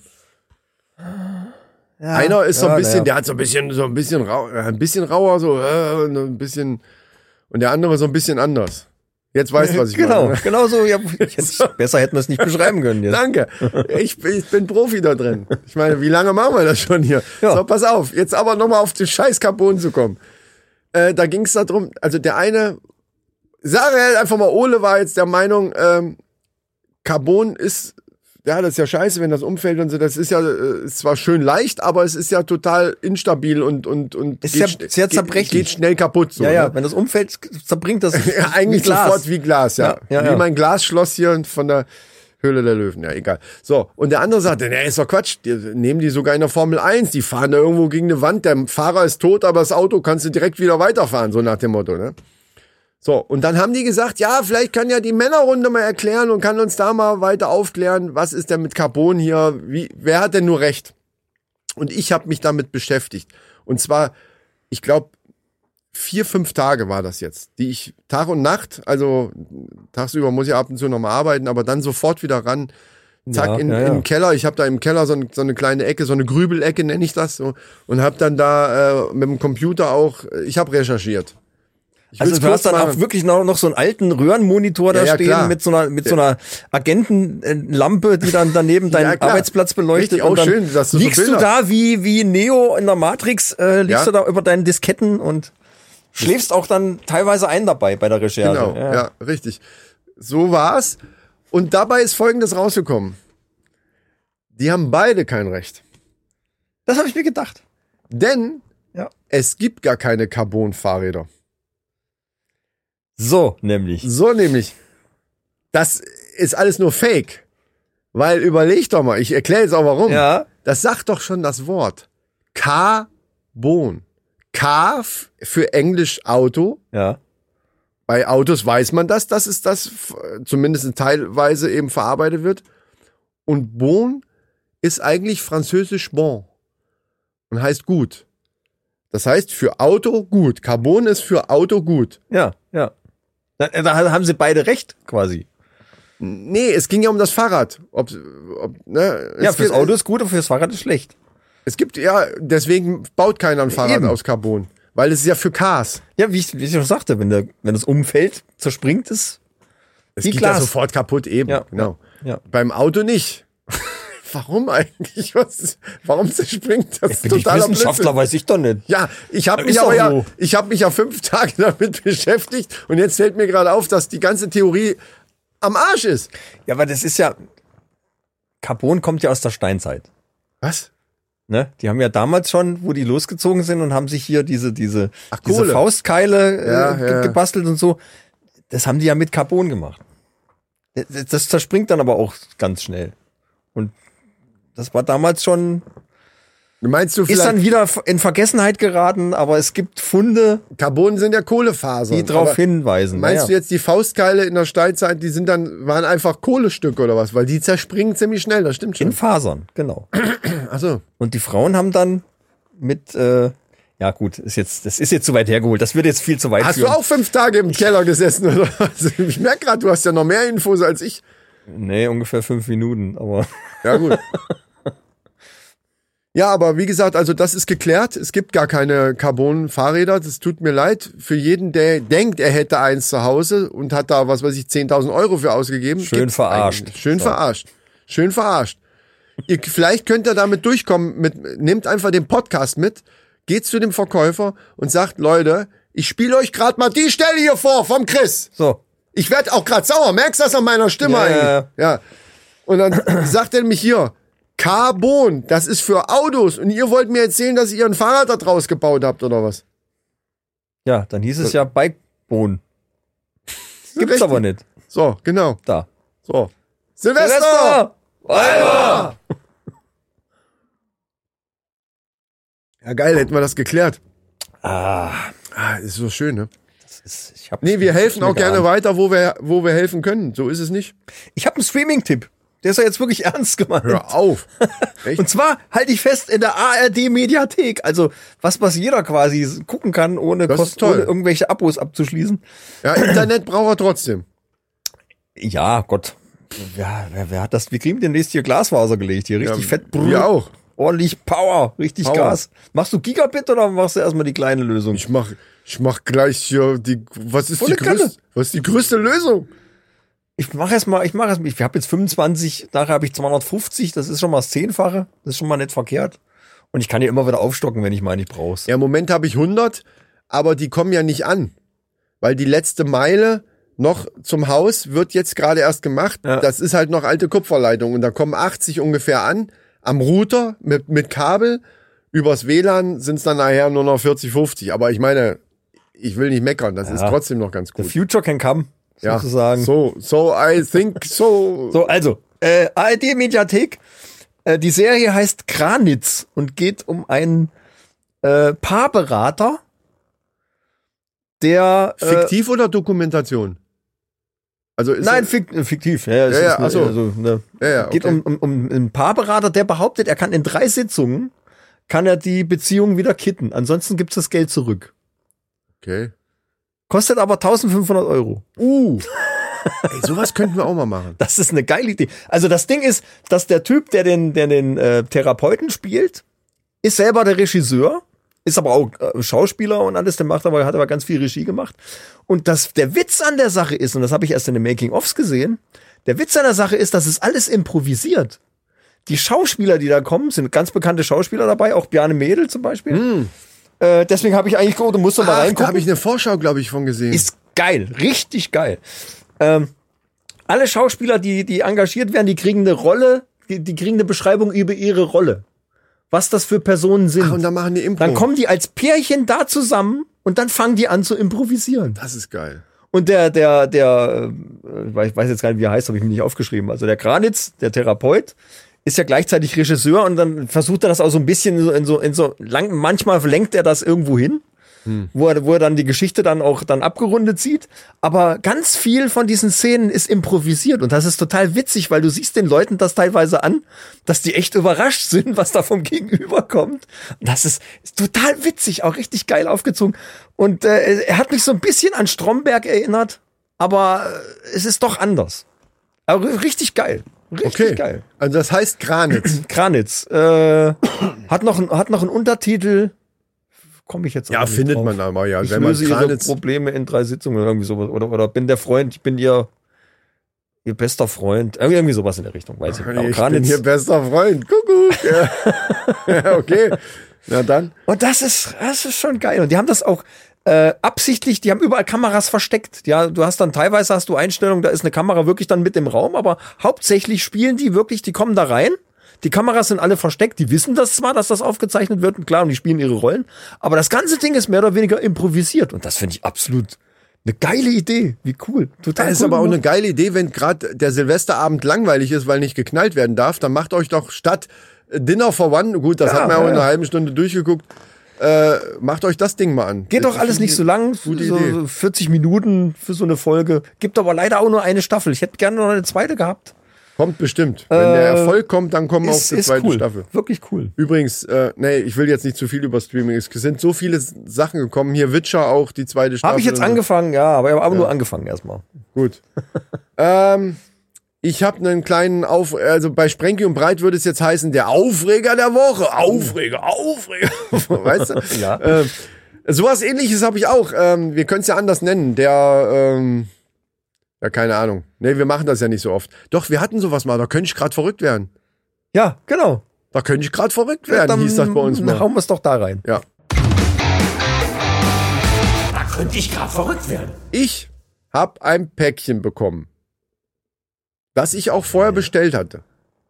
Ja, einer ist so ein bisschen, der hat so ein bisschen rauer, so ein bisschen, und der andere so ein bisschen anders. Jetzt weißt du, was ich meine. Genau so. Ja, besser hätten wir es nicht beschreiben können jetzt. Danke. Ich bin Profi da drin. Ich meine, wie lange machen wir das schon hier? Ja. So, pass auf. Jetzt aber nochmal auf den scheiß Carbon zu kommen. Da ging es darum, also der eine, sage einfach mal, Ole war jetzt der Meinung, Carbon ist ja, das ist ja scheiße, wenn das umfällt und so. Das ist ja ist zwar schön leicht, aber es ist ja total instabil und ist ja sehr zerbrechlich. Geht schnell kaputt. So, ja, ne? wenn das umfällt, zerbringt das ja, eigentlich Glas. sofort wie Glas, ja. Wie mein Glasschloss hier von der Höhle der Löwen, ja, egal. So, und der andere sagte, ist doch Quatsch, die nehmen die sogar in der Formel 1, die fahren da irgendwo gegen eine Wand, der Fahrer ist tot, aber das Auto kannst du direkt wieder weiterfahren, so nach dem Motto, ne? So, und dann haben die gesagt, ja, vielleicht kann ja die Männerrunde mal erklären und kann uns da mal weiter aufklären, was ist denn mit Carbon hier, wer hat denn nur recht? Und ich habe mich damit beschäftigt. Und zwar, ich glaube, 4-5 Tage war das jetzt, die ich Tag und Nacht, also tagsüber muss ich ab und zu nochmal arbeiten, aber dann sofort wieder ran, zack, in den Keller. Ich habe da im Keller so eine kleine Ecke, so eine Grübelecke nenne ich das so, und habe dann da mit dem Computer auch, ich habe recherchiert. Also du hast dann auch wirklich noch so einen alten Röhrenmonitor da stehen klar. mit so einer Agentenlampe, die dann daneben deinen Arbeitsplatz beleuchtet. Richtig, auch und dann schön, dass du liegst so du da wie Neo in der Matrix, liegst du da über deinen Disketten und schläfst auch dann teilweise ein dabei bei der Recherche. Genau, ja, richtig. So war's. Und dabei ist Folgendes rausgekommen. Die haben beide kein Recht. Das habe ich mir gedacht. Denn es gibt gar keine Carbon-Fahrräder. So nämlich. Das ist alles nur Fake. Weil überleg doch mal, ich erkläre jetzt auch warum. Ja. Das sagt doch schon das Wort. Carbon. K für Englisch Auto. Ja. Bei Autos weiß man das ist das zumindest teilweise eben verarbeitet wird. Und bon ist eigentlich französisch bon. Und heißt gut. Das heißt für Auto gut. Carbon ist für Auto gut. Ja. Da haben sie beide recht, quasi. Nee, es ging ja um das Fahrrad. Fürs Auto ist gut und fürs Fahrrad ist schlecht. Es gibt, deswegen baut keiner ein Fahrrad aus Carbon. Weil es ist ja für Cars. Ja, wie ich schon sagte, wenn es umfällt, zerspringt es. Es geht ja sofort kaputt eben. Ja, genau. Ja. Beim Auto nicht. Warum eigentlich? Warum zerspringt das? Ich bin nicht Wissenschaftler, weiß ich doch nicht. Ja, ich habe mich ja 5 Tage damit beschäftigt und jetzt fällt mir gerade auf, dass die ganze Theorie am Arsch ist. Ja, aber das ist ja, Carbon kommt ja aus der Steinzeit. Was? Ne? Die haben ja damals schon, wo die losgezogen sind und haben sich hier diese Faustkeile gebastelt und so, das haben die ja mit Carbon gemacht. Das zerspringt dann aber auch ganz schnell. Und das war damals schon. Meinst du vielleicht? Ist dann wieder in Vergessenheit geraten, aber es gibt Funde. Carbon sind ja Kohlefasern. Die darauf hinweisen. Meinst du jetzt die Faustkeile in der Steinzeit, waren einfach Kohlestücke oder was? Weil die zerspringen ziemlich schnell, das stimmt schon. In Fasern, genau. Ach so. Und die Frauen haben dann mit, das ist jetzt zu weit hergeholt. Das wird jetzt viel zu weit führen. Hast du auch 5 Tage im Keller gesessen oder was? Ich merke gerade, du hast ja noch mehr Infos als ich. Nee, ungefähr 5 Minuten, aber. Ja, gut. Ja, aber wie gesagt, also das ist geklärt. Es gibt gar keine Carbon-Fahrräder. Das tut mir leid für jeden, der denkt, er hätte eins zu Hause und hat da, 10.000 Euro für ausgegeben. Schön verarscht. Schön verarscht. Vielleicht könnt ihr damit durchkommen. Nehmt einfach den Podcast mit, geht zu dem Verkäufer und sagt, Leute, ich spiele euch gerade mal die Stelle hier vor vom Chris. So. Ich werde auch gerade sauer. Merkst du das an meiner Stimme eigentlich? Ja. Und dann sagt er nämlich hier, Carbon, das ist für Autos. Und ihr wollt mir erzählen, dass ihr ein Fahrrad da draus gebaut habt, oder was? Ja, dann hieß es ja Bikebone. Gibt's aber nicht. So, genau. Da. So. Silvester! Alter! Ja, geil, hätten wir das geklärt. Ist so schön, ne? Wir helfen auch gerne weiter, wo wir helfen können. So ist es nicht. Ich habe einen Streaming-Tipp. Der ist ja jetzt wirklich ernst gemeint. Hör auf. Echt? Und zwar halte ich fest in der ARD-Mediathek. Also was jeder quasi gucken kann, ohne irgendwelche Abos abzuschließen. Ja, Internet braucht er trotzdem. Ja, Gott. Ja, wer hat das? Wir kriegen demnächst hier Glasfaser gelegt. Hier richtig fett. Wir auch. Ordentlich Power. Richtig Gas. Machst du Gigabit oder machst du erstmal die kleine Lösung? Ich mach gleich hier was ist die größte Lösung? Ich habe jetzt 25, nachher habe ich 250, das ist schon mal das 10-fache, das ist schon mal nicht verkehrt. Und ich kann ja immer wieder aufstocken, wenn ich meine, ich brauch's. Ja, im Moment habe ich 100, aber die kommen ja nicht an. Weil die letzte Meile noch zum Haus, wird jetzt gerade erst gemacht. Ja. Das ist halt noch alte Kupferleitung und da kommen 80 ungefähr an, am Router mit Kabel. Übers WLAN sind es dann nachher nur noch 40, 50. Aber ich meine, ich will nicht meckern, das ist trotzdem noch ganz gut. The future can come, sozusagen. So I think so. So, also, ARD-Mediathek. Die Serie heißt Kranitz und geht um einen Paarberater, der... Fiktiv oder Dokumentation? Also ist nein, fiktiv. Ja, okay. Geht um einen Paarberater, der behauptet, er kann in 3 Sitzungen kann er die Beziehung wieder kitten. Ansonsten gibt's das Geld zurück. Okay. Kostet aber 1.500 Euro. Ey, sowas könnten wir auch mal machen. Das ist eine geile Idee. Also das Ding ist, dass der Typ, der den Therapeuten spielt, ist selber der Regisseur, ist aber auch Schauspieler und alles, hat aber ganz viel Regie gemacht. Und der Witz an der Sache ist, und das habe ich erst in den Making-ofs gesehen, der Witz an der Sache ist, dass es alles improvisiert. Die Schauspieler, die da kommen, sind ganz bekannte Schauspieler dabei, auch Bjarne Mädel zum Beispiel. Deswegen habe ich eigentlich gedacht, du musst doch mal reingucken. Da habe ich eine Vorschau, glaube ich, von gesehen. Ist geil, richtig geil. Alle Schauspieler, die engagiert werden, die kriegen eine Rolle, die kriegen eine Beschreibung über ihre Rolle. Was das für Personen sind. Ach, und dann machen die Impro. Dann kommen die als Pärchen da zusammen und dann fangen die an zu improvisieren. Das ist geil. Und der ich weiß jetzt gar nicht, wie er heißt, habe ich mir nicht aufgeschrieben. Also der Kranitz, der Therapeut, ist ja gleichzeitig Regisseur und dann versucht er das auch so ein bisschen manchmal lenkt er das irgendwo hin, wo er dann die Geschichte dann abgerundet sieht. Aber ganz viel von diesen Szenen ist improvisiert und das ist total witzig, weil du siehst den Leuten das teilweise an, dass die echt überrascht sind, was da vom Gegenüber kommt. Und das ist total witzig, auch richtig geil aufgezogen. Und er hat mich so ein bisschen an Stromberg erinnert, aber es ist doch anders. Aber richtig geil. Richtig geil. Also das heißt Kranitz. Kranitz. Hat noch einen Untertitel. Komme ich jetzt auch nicht findet drauf. Man aber, ja. Ich löse ihre Probleme in 3 Sitzungen oder irgendwie sowas. Oder bin der Freund, ich bin ihr bester Freund. Irgendwie sowas in der Richtung, weiß ich nicht. Ich bin ihr bester Freund. Kuckuck. Ja, okay. Na dann. Und das ist schon geil. Und die haben das auch absichtlich, die haben überall Kameras versteckt. Ja, du hast dann teilweise Einstellungen, da ist eine Kamera wirklich dann mit im Raum, aber hauptsächlich spielen die wirklich, die kommen da rein. Die Kameras sind alle versteckt, die wissen das zwar, dass das aufgezeichnet wird, und klar, und die spielen ihre Rollen, aber das ganze Ding ist mehr oder weniger improvisiert und das finde ich absolut eine geile Idee. Wie cool. Total Das ist aber auch eine geile Idee, wenn gerade der Silvesterabend langweilig ist, weil nicht geknallt werden darf, dann macht euch doch statt Dinner for One, gut, das hat man auch in einer halben Stunde durchgeguckt, macht euch das Ding mal an. Geht doch alles nicht so lang, so 40 Minuten für so eine Folge. Gibt aber leider auch nur eine Staffel. Ich hätte gerne noch eine zweite gehabt. Kommt bestimmt. Wenn der Erfolg kommt, dann kommen auch die zweite Staffel. Wirklich cool. Übrigens, ich will jetzt nicht zu viel über Streaming. Es sind so viele Sachen gekommen. Hier Witcher auch, die zweite Staffel. Habe ich jetzt angefangen, ja, aber ich habe nur angefangen erstmal. Gut. Ich habe einen kleinen also bei Sprenki und Breit würde es jetzt heißen, der Aufreger der Woche. Aufreger. Weißt du? Ja. Sowas Ähnliches habe ich auch. Wir können es ja anders nennen. Ja, keine Ahnung. Nee, wir machen das ja nicht so oft. Doch, wir hatten sowas mal. Da könnte ich gerade verrückt werden. Ja, genau. Da könnte ich gerade verrückt werden, dann hieß das bei uns mal. Dann hauen wir es doch da rein. Ja. Da könnte ich gerade verrückt werden. Ich habe ein Päckchen bekommen, das ich auch vorher bestellt hatte.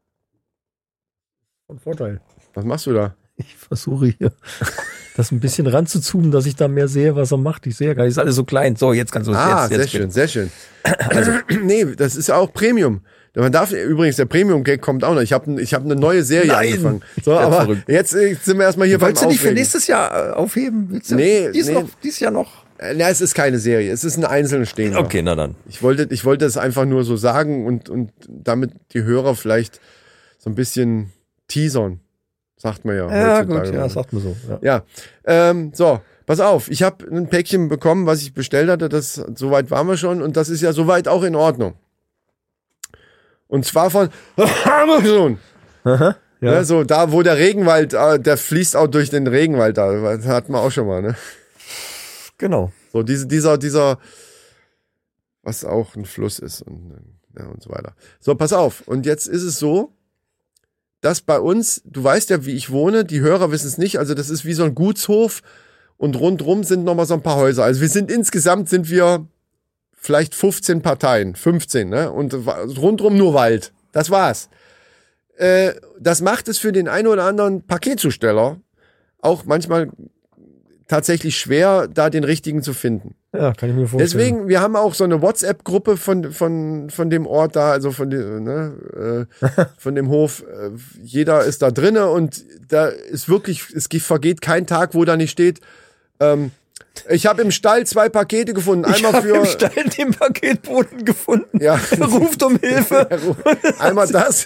Von Vorteil. Was machst du da? Ich versuche hier das ein bisschen ranzuzoomen, dass ich da mehr sehe, was er macht. Ich sehe ja gar nicht, ist alles so klein. So, jetzt kannst du es jetzt. Sehr schön. Also, nee, das ist ja auch Premium. Man darf übrigens, der Premium-Gag kommt auch noch. Ich hab eine neue Serie angefangen. So, aber verrückt. Jetzt sind wir erstmal hier beim Wolltest du nicht für nächstes Jahr aufheben? Dies Jahr noch? Ja, es ist keine Serie. Es ist ein einzelnes Stehen. Okay, na dann. Ich wollte es einfach nur so sagen und damit die Hörer vielleicht so ein bisschen teasern. Sagt man ja. Ja, gut, ja, sagt man so. Ja. So, pass auf. Ich habe ein Päckchen bekommen, was ich bestellt hatte. Soweit waren wir schon. Und das ist ja soweit auch in Ordnung. Und zwar von Amazon. Aha, ja. So, da, wo der Regenwald, der fließt auch durch den Regenwald da. Das hatten wir auch schon mal, ne? Genau. So, dieser, was auch ein Fluss ist und so weiter. So, pass auf. Und jetzt ist es so, dass bei uns, du weißt ja, wie ich wohne, die Hörer wissen es nicht, also das ist wie so ein Gutshof und rundrum sind nochmal so ein paar Häuser. Also insgesamt sind wir vielleicht 15 Parteien, 15, ne? Und rundrum nur Wald. Das war's. Das macht es für den einen oder anderen Paketzusteller auch manchmal tatsächlich schwer, da den richtigen zu finden. Ja, kann ich mir vorstellen. Deswegen, wir haben auch so eine WhatsApp-Gruppe von dem Ort da, also von dem Hof. Jeder ist da drinne und da ist wirklich, vergeht kein Tag, wo da nicht steht, ich habe im Stall 2 Pakete gefunden. Einmal im Stall den Paketboten gefunden. Ja. Er ruft um Hilfe. Einmal das.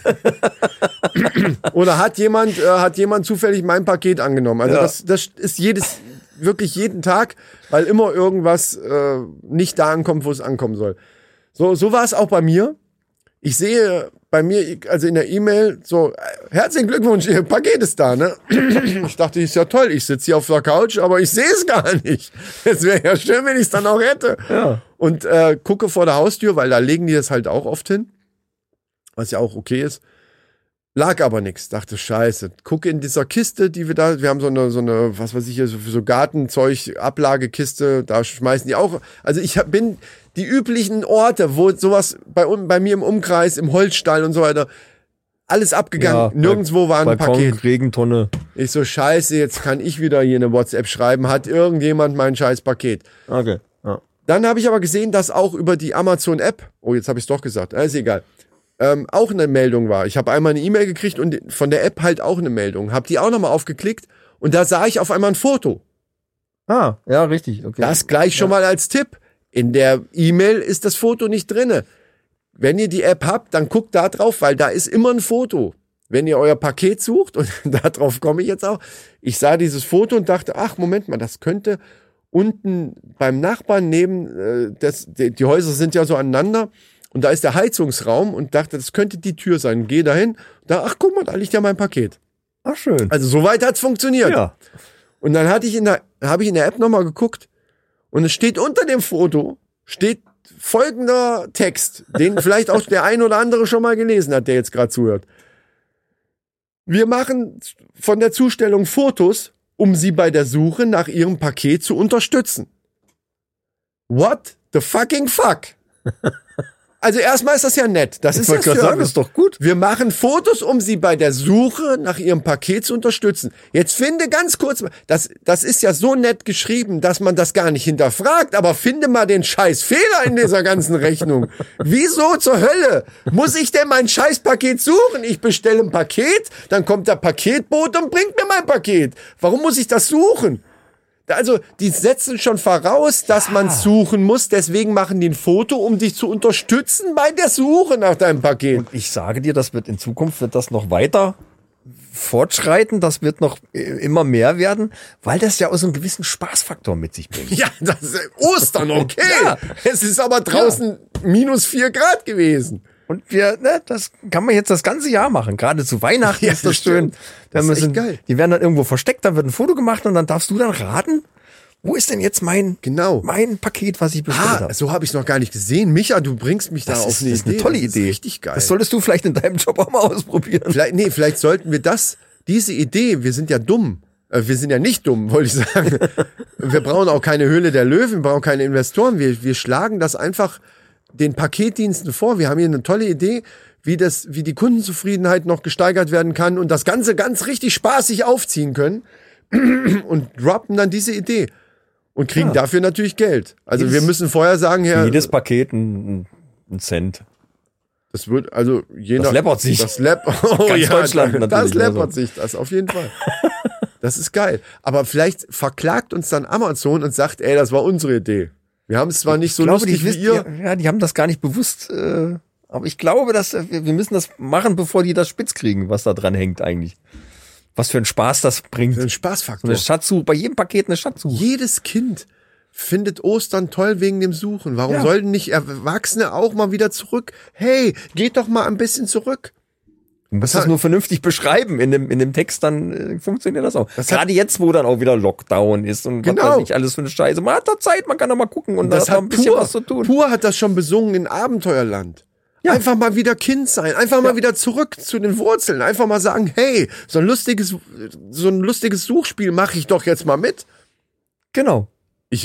Oder hat jemand zufällig mein Paket angenommen. Also das ist wirklich jeden Tag, weil immer irgendwas nicht da ankommt, wo es ankommen soll. So war es auch bei mir. Ich sehe bei mir, also in der E-Mail, so, herzlichen Glückwunsch, Ihr Paket ist da, ne? Ich dachte, ist ja toll, ich sitze hier auf der Couch, aber ich sehe es gar nicht. Es wäre ja schön, wenn ich es dann auch hätte. Ja. Und gucke vor der Haustür, weil da legen die das halt auch oft hin, was ja auch okay ist. Lag aber nichts. Dachte, scheiße. Gucke in dieser Kiste, die wir haben so eine, was weiß ich hier, so Gartenzeug, Ablagekiste, da schmeißen die auch. Also bin die üblichen Orte, wo sowas bei mir im Umkreis, im Holzstall und so weiter, alles abgegangen. Ja, nirgendwo war ein Paket. Regentonne. Ich so, scheiße, jetzt kann ich wieder hier eine WhatsApp schreiben. Hat irgendjemand mein scheiß Paket? Okay. Ja. Dann habe ich aber gesehen, dass auch über die Amazon-App, jetzt habe ich es doch gesagt, ist egal, auch eine Meldung war. Ich habe einmal eine E-Mail gekriegt und von der App halt auch eine Meldung. Habe die auch nochmal aufgeklickt und da sah ich auf einmal ein Foto. Ah, ja, richtig. Okay. Das gleich schon mal als Tipp. In der E-Mail ist das Foto nicht drinne. Wenn ihr die App habt, dann guckt da drauf, weil da ist immer ein Foto. Wenn ihr euer Paket sucht, und darauf komme ich jetzt auch, ich sah dieses Foto und dachte, ach, Moment mal, das könnte unten beim Nachbarn neben, die Häuser sind ja so aneinander, und da ist der Heizungsraum und dachte, das könnte die Tür sein. Geh dahin, ach, guck mal, da liegt ja mein Paket. Ach, schön. Also soweit hat's funktioniert. Ja. Und dann habe ich in der App nochmal geguckt und es steht unter dem Foto, steht folgender Text, den vielleicht auch der ein oder andere schon mal gelesen hat, der jetzt gerade zuhört. Wir machen von der Zustellung Fotos, um Sie bei der Suche nach Ihrem Paket zu unterstützen. What the fucking fuck? Also erstmal ist das ja nett. Das ist ja sagen, das ist doch gut. Wir machen Fotos, um Sie bei der Suche nach Ihrem Paket zu unterstützen. Jetzt finde ganz kurz, das ist ja so nett geschrieben, dass man das gar nicht hinterfragt, aber finde mal den scheiß Fehler in dieser ganzen Rechnung. Wieso zur Hölle muss ich denn mein scheiß Paket suchen? Ich bestelle ein Paket, dann kommt der Paketbote und bringt mir mein Paket. Warum muss ich das suchen? Also, die setzen schon voraus, dass man suchen muss. Deswegen machen die ein Foto, um dich zu unterstützen bei der Suche nach deinem Paket. Und ich sage dir, in Zukunft wird das noch weiter fortschreiten. Das wird noch immer mehr werden, weil das ja auch so einen gewissen Spaßfaktor mit sich bringt. Ja, das ist Ostern, okay. Ja. Es ist aber draußen minus 4 Grad gewesen. Und das kann man jetzt das ganze Jahr machen. Gerade zu Weihnachten ist das schön. Das ist echt geil. Die werden dann irgendwo versteckt, dann wird ein Foto gemacht und dann darfst du dann raten, wo ist denn jetzt mein Paket, was ich bestellt habe. So habe ich es noch gar nicht gesehen. Micha, du bringst mich da auf eine Idee. Das ist eine tolle Idee. Das ist richtig geil. Das solltest du vielleicht in deinem Job auch mal ausprobieren. Vielleicht sollten wir diese Idee, wir sind ja dumm. Wir sind ja nicht dumm, wollte ich sagen. Wir brauchen auch keine Höhle der Löwen, wir brauchen keine Investoren. Wir schlagen das einfach den Paketdiensten vor. Wir haben hier eine tolle Idee, wie die Kundenzufriedenheit noch gesteigert werden kann und das Ganze ganz richtig spaßig aufziehen können und droppen dann diese Idee und kriegen dafür natürlich Geld. Also wir müssen vorher sagen, jedes Paket ein Cent. Das wird also das läppert sich. Ganz Deutschland natürlich. Das läppert sich, das auf jeden Fall. Das ist geil. Aber vielleicht verklagt uns dann Amazon und sagt, das war unsere Idee. Wir haben es zwar nicht so lustig wie ihr. Ja, die haben das gar nicht bewusst. Aber ich glaube, dass wir müssen das machen, bevor die das spitz kriegen, was da dran hängt eigentlich. Was für einen Spaß das bringt. Für einen Spaßfaktor. So eine Schatzsuche, bei jedem Paket eine Schatzsuche. Jedes Kind findet Ostern toll wegen dem Suchen. Warum sollten nicht Erwachsene auch mal wieder zurück? Hey, geht doch mal ein bisschen zurück. Du musst das nur vernünftig beschreiben in dem Text, dann funktioniert das auch. Gerade jetzt, wo dann auch wieder Lockdown ist und was weiß ich alles für eine Scheiße. Man hat da Zeit, man kann doch mal gucken und da hat ein bisschen was zu tun. Pur hat das schon besungen in Abenteuerland. Ja. Einfach mal wieder Kind sein, einfach mal wieder zurück zu den Wurzeln, einfach mal sagen, hey, so ein lustiges Suchspiel mache ich doch jetzt mal mit. Genau.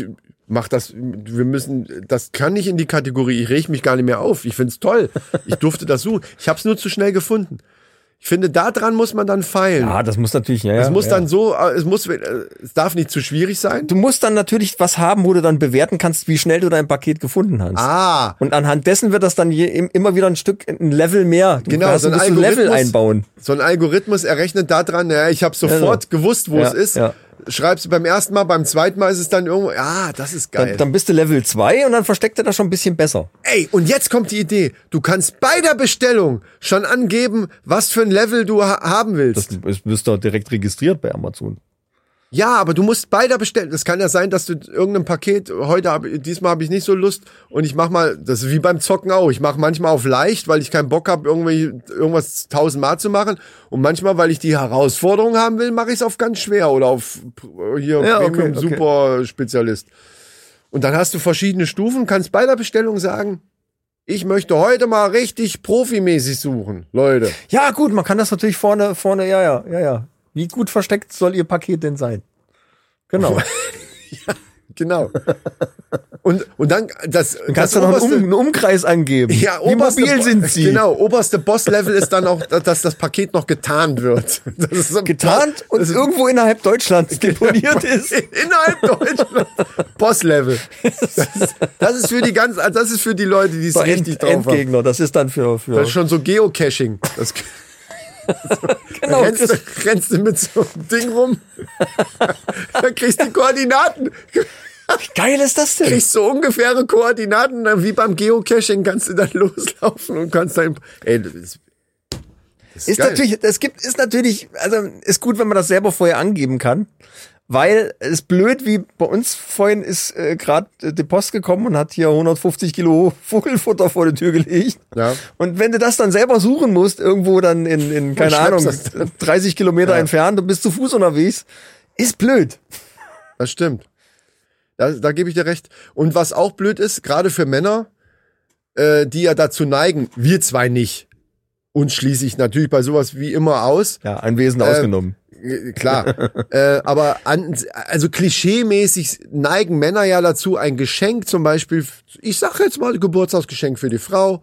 das kann nicht in die Kategorie, ich reg mich gar nicht mehr auf. Ich find's toll. Ich durfte das suchen. Ich hab's nur zu schnell gefunden. Ich finde, daran muss man dann feilen. Ja, das muss natürlich, Es muss dann so, es darf nicht zu schwierig sein. Du musst dann natürlich was haben, wo du dann bewerten kannst, wie schnell du dein Paket gefunden hast. Und anhand dessen wird das dann immer wieder ein Level mehr. Du genau, so ein Level einbauen. So ein Algorithmus errechnet daran, ich habe sofort gewusst, wo es ist. Ja. Schreibst du beim ersten Mal, beim zweiten Mal ist es dann irgendwo, das ist geil. Dann bist du Level 2 und dann versteckt er das schon ein bisschen besser. Ey, und jetzt kommt die Idee. Du kannst bei der Bestellung schon angeben, was für ein Level du haben willst. Das wirst du direkt registriert bei Amazon. Ja, aber du musst bei der Bestellung, das kann ja sein, dass du irgendein Paket, diesmal habe ich nicht so Lust und ich mach mal, das ist wie beim Zocken auch, ich mache manchmal auf leicht, weil ich keinen Bock habe, irgendwas 1000-mal zu machen und manchmal, weil ich die Herausforderung haben will, mache ich es auf ganz schwer oder auf Premium Super Spezialist. Und dann hast du verschiedene Stufen, kannst bei der Bestellung sagen, ich möchte heute mal richtig profimäßig suchen, Leute. Ja, gut, man kann das natürlich vorne, ja. Wie gut versteckt soll Ihr Paket denn sein? Genau. Ja, genau. Und dann kannst du noch einen Umkreis angeben. Ja, wie mobil sind Sie? Genau, oberste Bosslevel ist dann auch, dass das Paket noch getarnt wird. Das ist so getarnt und irgendwo innerhalb Deutschlands deponiert ist. Innerhalb Deutschlands. Bosslevel. Das ist für die Leute, die es richtig drauf haben. Endgegner, das ist dann für. Das ist schon so Geocaching. Genau, rennst du mit so einem Ding rum, dann kriegst du die Koordinaten. Wie geil ist das denn? Kriegst so ungefähre Koordinaten, wie beim Geocaching kannst du dann loslaufen und kannst dann, ist natürlich, also ist gut, wenn man das selber vorher angeben kann. Weil es blöd, wie bei uns vorhin ist gerade die Post gekommen und hat hier 150 Kilo Vogelfutter vor die Tür gelegt. Ja. Und wenn du das dann selber suchen musst, irgendwo dann in keine Ahnung, 30 Kilometer entfernt, du bist zu Fuß unterwegs, ist blöd. Das stimmt. Da gebe ich dir recht. Und was auch blöd ist, gerade für Männer, die ja dazu neigen, wir zwei nicht, uns schließe ich natürlich bei sowas wie immer aus. Ja, ein Wesen ausgenommen. Klar, aber also klischeemäßig neigen Männer ja dazu, ein Geschenk zum Beispiel, ich sage jetzt mal Geburtstagsgeschenk für die Frau,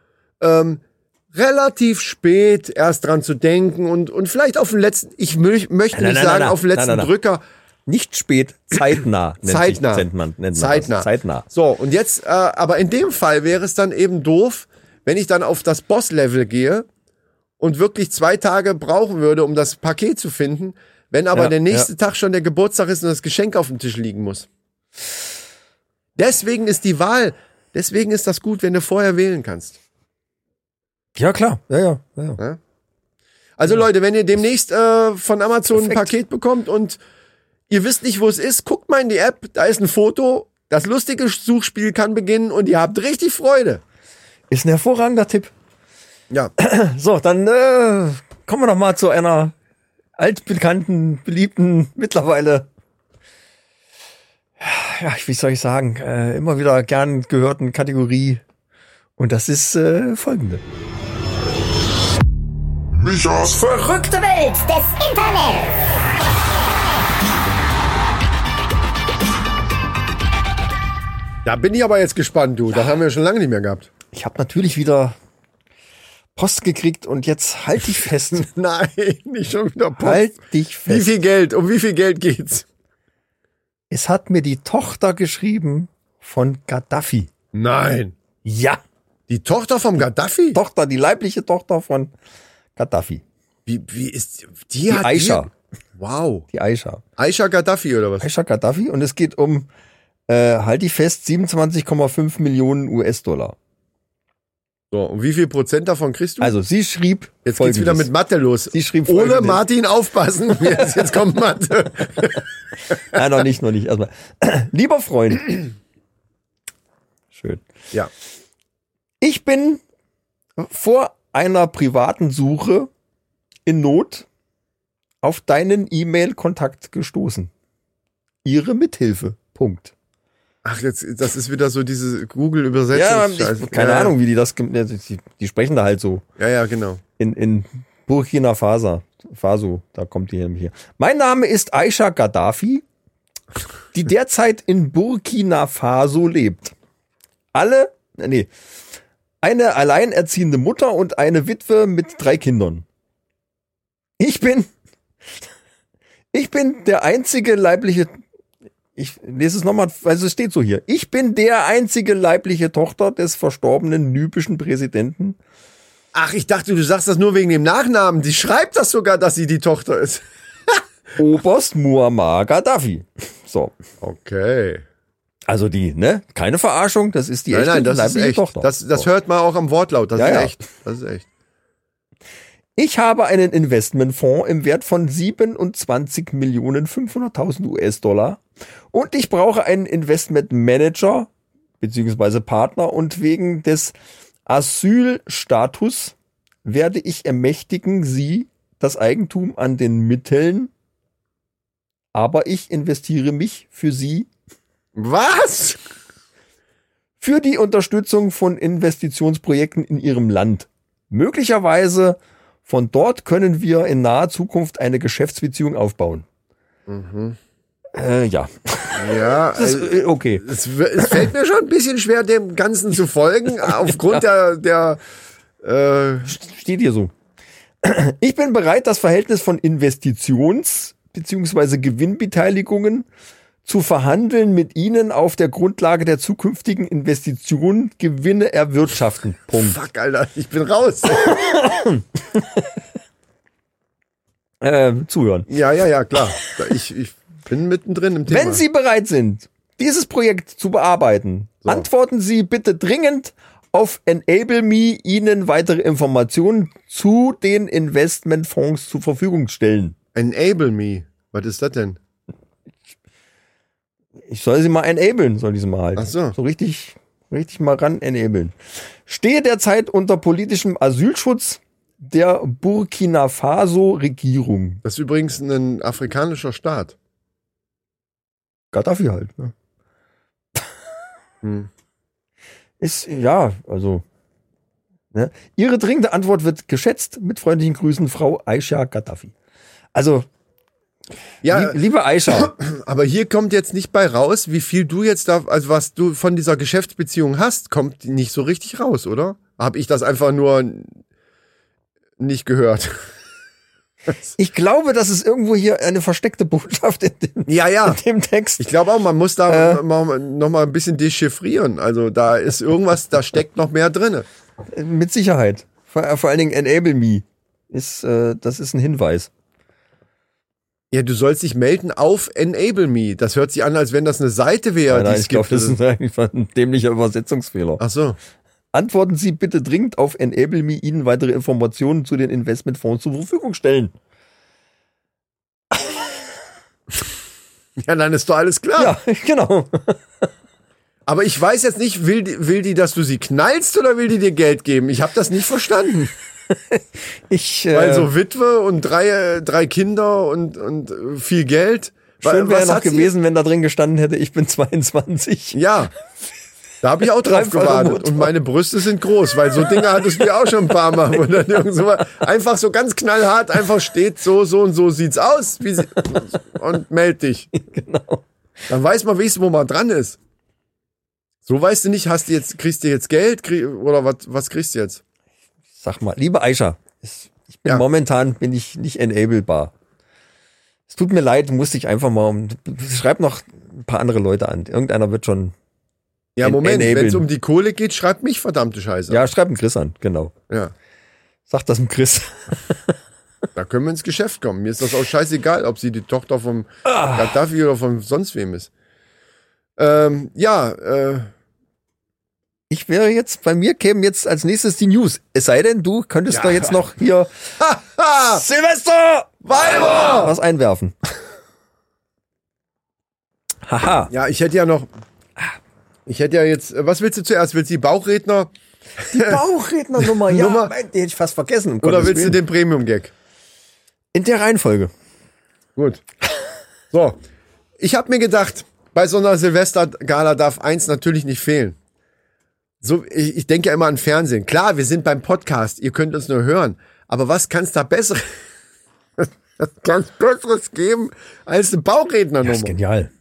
relativ spät erst dran zu denken und vielleicht auf den letzten, ich möchte nicht sagen auf den letzten Drücker. Nicht spät, zeitnah. Zeitnah. So, und jetzt, aber in dem Fall wäre es dann eben doof, wenn ich dann auf das Boss-Level gehe und wirklich 2 Tage brauchen würde, um das Paket zu finden, wenn aber der nächste Tag schon der Geburtstag ist und das Geschenk auf dem Tisch liegen muss. Deswegen ist das gut, wenn du vorher wählen kannst. Ja, klar. Ja. Also Leute, wenn ihr demnächst von Amazon ein Paket bekommt und ihr wisst nicht, wo es ist, guckt mal in die App, da ist ein Foto, das lustige Suchspiel kann beginnen und ihr habt richtig Freude. Ist ein hervorragender Tipp. Ja. So, dann kommen wir noch mal zu einer altbekannten, beliebten, mittlerweile, wie soll ich sagen, immer wieder gern gehörten Kategorie. Und das ist folgende. Michas verrückte Welt des Internets. Da bin ich aber jetzt gespannt, du. Das haben wir schon lange nicht mehr gehabt. Ich habe natürlich wieder Post gekriegt und jetzt halt dich fest. Nein, nicht schon wieder Post. Halt dich fest. Wie viel Geld? Um wie viel Geld geht's? Es hat mir die Tochter geschrieben von Gaddafi. Nein. Ja. Die Tochter vom Gaddafi? Die leibliche Tochter von Gaddafi. Wie ist die Aisha. Wow. Die Aisha. Aisha Gaddafi oder was? Aisha Gaddafi und es geht um, halt dich fest, 27,5 Millionen US-Dollar. So, und wie viel Prozent davon kriegst du? Also sie schrieb jetzt Folgendes. Geht's wieder mit Mathe los. Sie schrieb ohne Folgendes. Martin aufpassen. Jetzt kommt Mathe. Nein, noch nicht. Erstmal. Lieber Freund. Schön. Ja. Ich bin vor einer privaten Suche in Not auf deinen E-Mail-Kontakt gestoßen. Ihre Mithilfe. Punkt. Ach, jetzt, das ist wieder so diese Google-Übersetzung. Ja, keine Ahnung, wie die das, die sprechen da halt so. Ja, genau. In Burkina Faso, da kommt die nämlich hier. Mein Name ist Aisha Gaddafi die derzeit in Burkina Faso lebt. Eine alleinerziehende Mutter und eine Witwe mit 3 Kindern. Ich bin der einzige leibliche, ich lese es nochmal, also es steht so hier. Ich bin der einzige leibliche Tochter des verstorbenen libyschen Präsidenten. Ach, ich dachte, du sagst das nur wegen dem Nachnamen. Die schreibt das sogar, dass sie die Tochter ist. Oberst Muammar Gaddafi. So. Okay. Also keine Verarschung, das ist die echte leibliche Tochter. Das hört man auch am Wortlaut, das ist echt. Das ist echt. Ich habe einen Investmentfonds im Wert von 27.500.000 US-Dollar und ich brauche einen Investmentmanager beziehungsweise Partner und wegen des Asylstatus werde ich ermächtigen Sie das Eigentum an den Mitteln, aber ich investiere mich für Sie. Was? Für die Unterstützung von Investitionsprojekten in Ihrem Land. Möglicherweise von dort können wir in naher Zukunft eine Geschäftsbeziehung aufbauen. Mhm. Ja. Ja, das ist, okay. Es fällt mir schon ein bisschen schwer, dem Ganzen zu folgen, aufgrund der steht hier so. Ich bin bereit, das Verhältnis von Investitions- bzw. Gewinnbeteiligungen zu verhandeln mit Ihnen auf der Grundlage der zukünftigen Investitionen Gewinne erwirtschaften. Punkt. Fuck, Alter, ich bin raus. Zuhören. Ja, klar. Ich bin mittendrin im Thema. Wenn Sie bereit sind, dieses Projekt zu bearbeiten, antworten Sie bitte dringend auf Enable Me, Ihnen weitere Informationen zu den Investmentfonds zur Verfügung stellen. Enable Me? Was ist das denn? Ich soll sie mal enablen, soll ich sie mal halten. Ach so. So richtig mal ran enablen. Stehe derzeit unter politischem Asylschutz der Burkina Faso Regierung. Das ist übrigens ein afrikanischer Staat. Gaddafi halt, ne? Ist, ja, also. Ne? Ihre dringende Antwort wird geschätzt. Mit freundlichen Grüßen, Frau Aisha Gaddafi. Also, ja, liebe Aisha. Aber hier kommt jetzt nicht bei raus, wie viel du jetzt da, also was du von dieser Geschäftsbeziehung hast, kommt nicht so richtig raus, oder? Habe ich das einfach nur nicht gehört? Ich glaube, das ist irgendwo hier eine versteckte Botschaft in dem Text. Ich glaube auch, man muss da noch mal ein bisschen dechiffrieren. Also da ist irgendwas, da steckt noch mehr drin. Mit Sicherheit. Vor allen Dingen Enable Me. Das ist ein Hinweis. Ja, du sollst dich melden auf Enable Me. Das hört sich an, als wenn das eine Seite wäre. Nein, ich glaube, das ist einfach ein dämlicher Übersetzungsfehler. Ach so. Antworten Sie bitte dringend auf Enable Me, Ihnen weitere Informationen zu den Investmentfonds zur Verfügung stellen. Ja, dann ist doch alles klar. Ja, genau. Aber ich weiß jetzt nicht, will die, dass du sie knallst oder will die dir Geld geben? Ich habe das nicht verstanden. Weil so Witwe und drei Kinder und viel Geld. Schön wäre noch gewesen, wenn da drin gestanden hätte, ich bin 22. Ja. Da habe ich auch drauf gewartet. Und meine Brüste sind groß, weil so Dinge hattest du ja auch schon ein paar Mal. Wo dann irgendwo einfach so ganz knallhart einfach steht, so und so sieht's aus. Und meld dich. Genau. Dann weiß man wenigstens, wo man dran ist. So weißt du nicht, kriegst du jetzt Geld oder was kriegst du jetzt? Sag mal, liebe Aisha, momentan bin ich nicht enablebar. Es tut mir leid, musste ich einfach mal, schreib noch ein paar andere Leute an. Irgendeiner wird schon. Ja, Moment, wenn es um die Kohle geht, schreibt mich verdammte Scheiße. Ja, schreib einen Chris an, genau. Ja. Sag das dem Chris. Da können wir ins Geschäft kommen. Mir ist das auch scheißegal, ob sie die Tochter vom Gaddafi oder von sonst wem ist. Ich wäre jetzt, bei mir kämen jetzt als nächstes die News. Es sei denn, du könntest da jetzt noch hier Silvester! Weiber! Was einwerfen. Haha. Ja, ich hätte ja jetzt, was willst du zuerst? Willst du die Bauchredner? Die Bauchrednernummer, ja. Die hätte ich fast vergessen. Oder willst du den Premium-Gag? In der Reihenfolge. Gut. So. Ich habe mir gedacht, bei so einer Silvestergala darf eins natürlich nicht fehlen. So, ich denke ja immer an Fernsehen. Klar, wir sind beim Podcast, ihr könnt uns nur hören. Aber was kann es da Besseres geben als eine Bauchrednernummer? Das ist genial.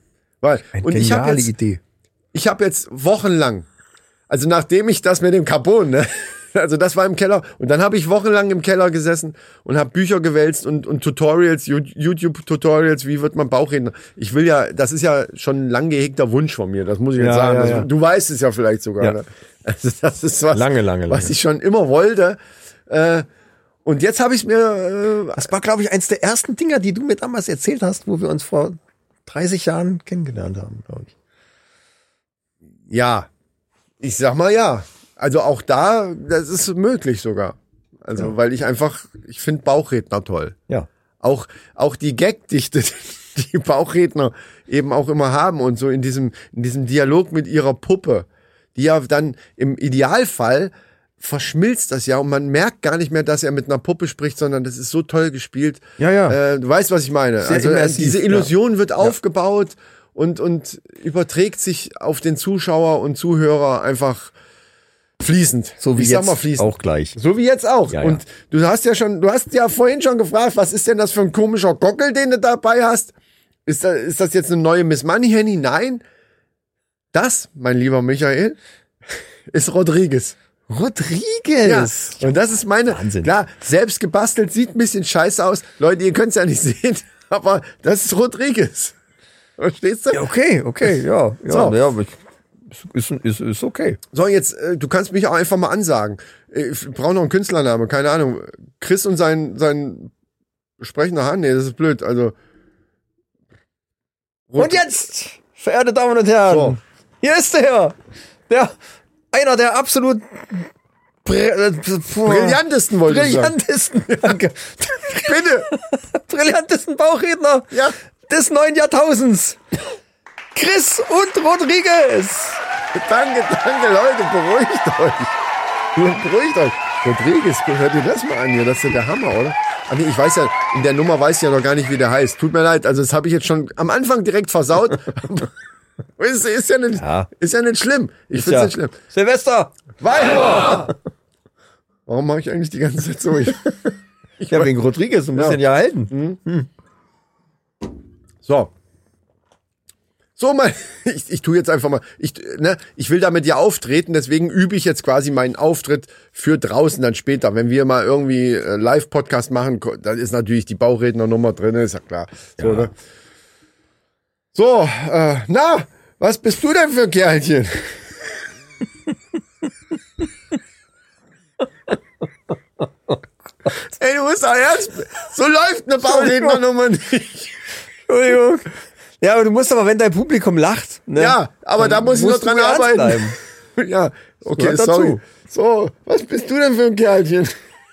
Und ich habe Idee. Ich habe jetzt wochenlang, also nachdem ich das mit dem Carbon, ne, also das war im Keller, und dann habe ich wochenlang im Keller gesessen und habe Bücher gewälzt und Tutorials, YouTube-Tutorials, wie wird man Bauchredner. Ich will ja, das ist ja schon ein lang gehegter Wunsch von mir, das muss ich jetzt sagen. Ja. Du weißt es ja vielleicht sogar. Ja. Ne? Also das ist was, lange. was ich schon immer wollte. Und jetzt habe ich mir... das war, glaube ich, eins der ersten Dinger, die du mir damals erzählt hast, wo wir uns vor 30 Jahren kennengelernt haben, glaube ich. Ja, ich sag mal ja. Also auch da, das ist möglich sogar. Also, weil ich finde Bauchredner toll. Ja. Auch die Gagdichte, die Bauchredner eben auch immer haben und so in diesem Dialog mit ihrer Puppe, die ja dann im Idealfall verschmilzt das ja und man merkt gar nicht mehr, dass er mit einer Puppe spricht, sondern das ist so toll gespielt. Ja. Du weißt, was ich meine. Sehr also immersiv, diese Illusion wird aufgebaut und überträgt sich auf den Zuschauer und Zuhörer einfach fließend. So wie ich jetzt sag mal fließend. auch gleich. So wie jetzt auch. Ja. Und du hast ja vorhin schon gefragt, was ist denn das für ein komischer Gockel, den du dabei hast? Ist das jetzt eine neue Miss Money Henny? Nein. Das, mein lieber Michael, ist Rodriguez. Ja, und das ist meine, Wahnsinn. Klar, selbst gebastelt, sieht ein bisschen scheiße aus. Leute, ihr könnt es ja nicht sehen, aber das ist Rodriguez. Verstehst du? Ja, okay, ja. So. Ja, aber ist okay. So, jetzt, du kannst mich auch einfach mal ansagen. Ich brauche noch einen Künstlername, keine Ahnung. Chris und sein sprechender Hahn, nee, das ist blöd, also. Und jetzt, verehrte Damen und Herren, hier ist einer der absolut brillantesten, wollte ich sagen. Danke. Bitte. Brillantesten Bauchredner des neuen Jahrtausends. Chris und Rodriguez. Danke, Leute, beruhigt euch. Rodriguez, hört ihr das mal an hier, das ist ja der Hammer, oder? Ach nee, ich weiß ja, in der Nummer weiß ich ja noch gar nicht, wie der heißt. Tut mir leid, also das habe ich jetzt schon am Anfang direkt versaut. ist ja nicht schlimm. Ich finde es nicht schlimm. Silvester. Weiter! Warum mache ich eigentlich die ganze Zeit so? Ja, wegen Rodriguez, ein bisschen ja halten. So, ich tue jetzt einfach mal, ich will damit ja auftreten, deswegen übe ich jetzt quasi meinen Auftritt für draußen dann später. Wenn wir mal irgendwie Live-Podcast machen, dann ist natürlich die Bauchredner-Nummer drin, ist ja klar. So, Ja. ne? So, na, was bist du denn für ein Kerlchen? Ey, du musst doch ernst, so läuft eine Bauchredner-Nummer nicht. Entschuldigung. Ja, aber du musst aber, wenn dein Publikum lacht, ne? Ja, aber da muss ich noch dran arbeiten. Ja, okay, sorry. So, was bist du denn für ein Kerlchen?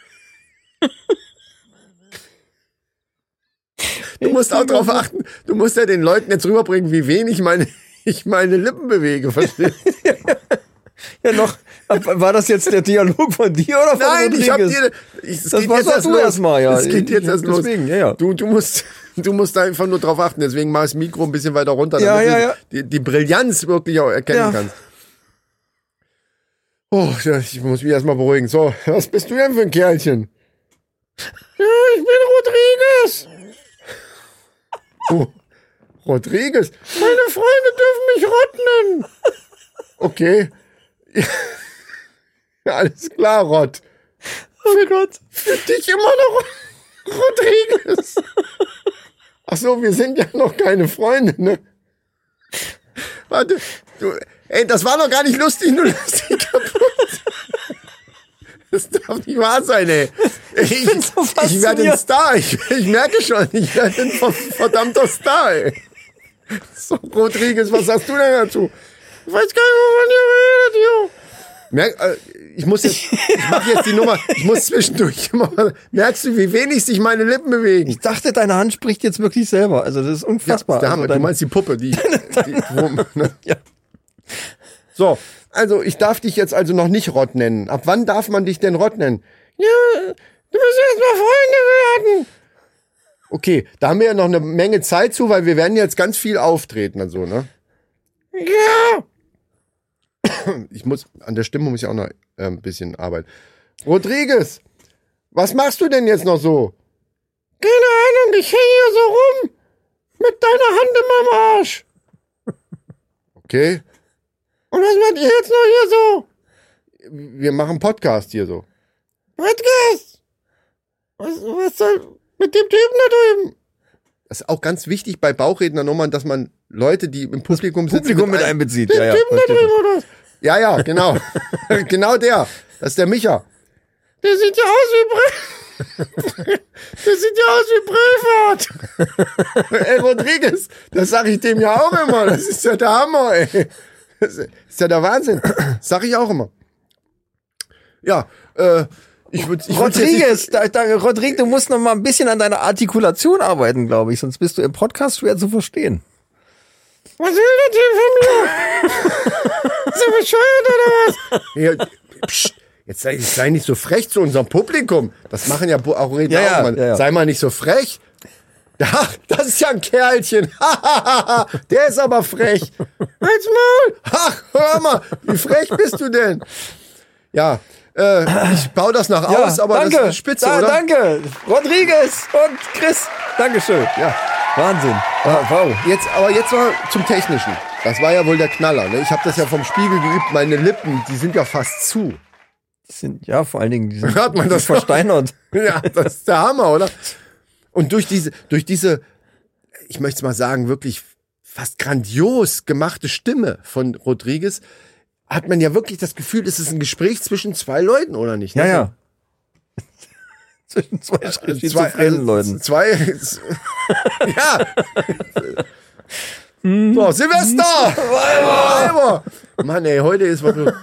Du musst auch drauf achten, du musst ja den Leuten jetzt rüberbringen, wie wenig ich meine Lippen bewege, verstehst du? Ja, noch. War das jetzt der Dialog von dir oder von Nein, Rodriguez? ich hab dir, das geht jetzt erst los. Ja. Es geht jetzt erst los. Deswegen, ja. Du musst da einfach nur drauf achten, deswegen mach das Mikro ein bisschen weiter runter, Ja, damit ja. du die Brillanz wirklich auch erkennen kannst. Oh, ich muss mich erstmal beruhigen. So, was bist du denn für ein Kerlchen? Ja, ich bin Rodriguez. Oh, Rodriguez? Meine Freunde dürfen mich Rod nennen. Okay. Ja, alles klar, Rod. Oh Gott. Für dich immer noch Rodriguez. Ach so, wir sind ja noch keine Freunde, ne? Warte, ey, das war doch gar nicht lustig, nur lustig kaputt. Das darf nicht wahr sein, ey. Ich werde ein Star. Ich merke schon, ich werde ein verdammter Star, ey. So, Rodriguez, was sagst du denn dazu? Ich weiß gar nicht, wovon ihr redet, jo. Ich mache jetzt die Nummer, ich muss zwischendurch immer, merkst du, wie wenig sich meine Lippen bewegen? Ich dachte, deine Hand spricht jetzt wirklich selber. Also das ist unfassbar. Ja, der Hammer. Du meinst die Puppe, ja. So, also ich darf dich jetzt also noch nicht Rod nennen. Ab wann darf man dich denn Rod nennen? Ja, du musst erst mal Freunde werden. Okay, da haben wir ja noch eine Menge Zeit zu, weil wir werden jetzt ganz viel auftreten und so, ne? Ja. An der Stimme muss ich auch noch ein bisschen arbeiten. Rodriguez, was machst du denn jetzt noch so? Keine Ahnung, ich hänge hier so rum. Mit deiner Hand in meinem Arsch. Okay. Und was macht ihr jetzt noch hier so? Wir machen Podcast hier so. Podcast? Was soll mit dem Typen da drüben? Das ist auch ganz wichtig bei Bauchrednernummern, dass man Leute, die im Publikum sitzen, mit einbezieht. Den Typen da drüben oder was? Ja, genau. Genau der. Das ist der Micha. Der sieht ja aus wie Brillfahrt. Ey, Rodriguez, das sag ich dem ja auch immer. Das ist ja der Hammer, ey. Das ist ja der Wahnsinn. Das sag ich auch immer. Ja, Rodriguez, Rodriguez, du musst noch mal ein bisschen an deiner Artikulation arbeiten, glaube ich. Sonst bist du im Podcast schwer zu verstehen. Was will der Typ von mir? Ist er bescheuert oder was? Ja, psst. Jetzt sei nicht so frech zu unserem Publikum. Das machen ja auch Redner auch, Mann. Ja. Sei mal nicht so frech. Ach, das ist ja ein Kerlchen. Der ist aber frech. Halt's Maul. Ach, hör mal, wie frech bist du denn? Ja, ich baue das noch aus, aber danke. Das ist spitze, oder? Danke, Rodriguez und Chris. Dankeschön. Ja, Wahnsinn. Wow. Jetzt mal zum Technischen. Das war ja wohl der Knaller. Ne? Ich habe das ja vom Spiegel geübt. Meine Lippen, die sind ja fast zu. Vor allen Dingen, die sind, hört man das versteinert. Ja, das ist der Hammer, oder? Und durch diese, ich möchte es mal sagen, wirklich fast grandios gemachte Stimme von Rodriguez, hat man ja wirklich das Gefühl, es ist ein Gespräch zwischen zwei Leuten, oder nicht? Ja, ja. Zwischen zwei schizophrenen Leuten. Ja. So, Silvester! Weiber! Mann, ey, heute ist was los.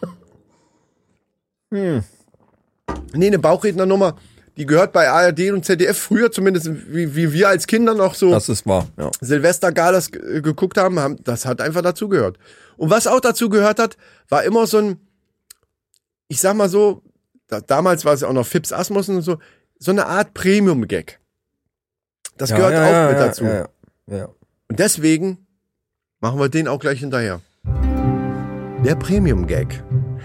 Nee, eine Bauchrednernummer, die gehört bei ARD und ZDF früher zumindest, wie wir als Kinder noch so das ist wahr, ja. Silvestergalas geguckt haben, das hat einfach dazugehört. Und was auch dazu gehört hat, war immer so ein, ich sag mal so, damals war es auch noch Fips Asmussen und so eine Art Premium-Gag. Das gehört auch mit dazu. Ja. Und deswegen machen wir den auch gleich hinterher. Der Premium-Gag.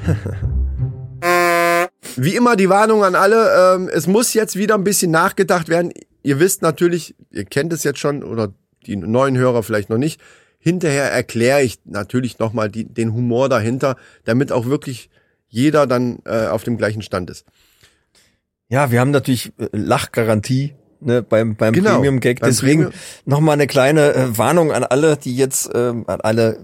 Wie immer die Warnung an alle, es muss jetzt wieder ein bisschen nachgedacht werden. Ihr wisst natürlich, ihr kennt es jetzt schon oder die neuen Hörer vielleicht noch nicht. Hinterher erkläre ich natürlich nochmal den Humor dahinter, damit auch wirklich jeder dann auf dem gleichen Stand ist. Ja, wir haben natürlich Lachgarantie, ne, beim Premium-Gag. Deswegen nochmal eine kleine Warnung an alle, die jetzt an alle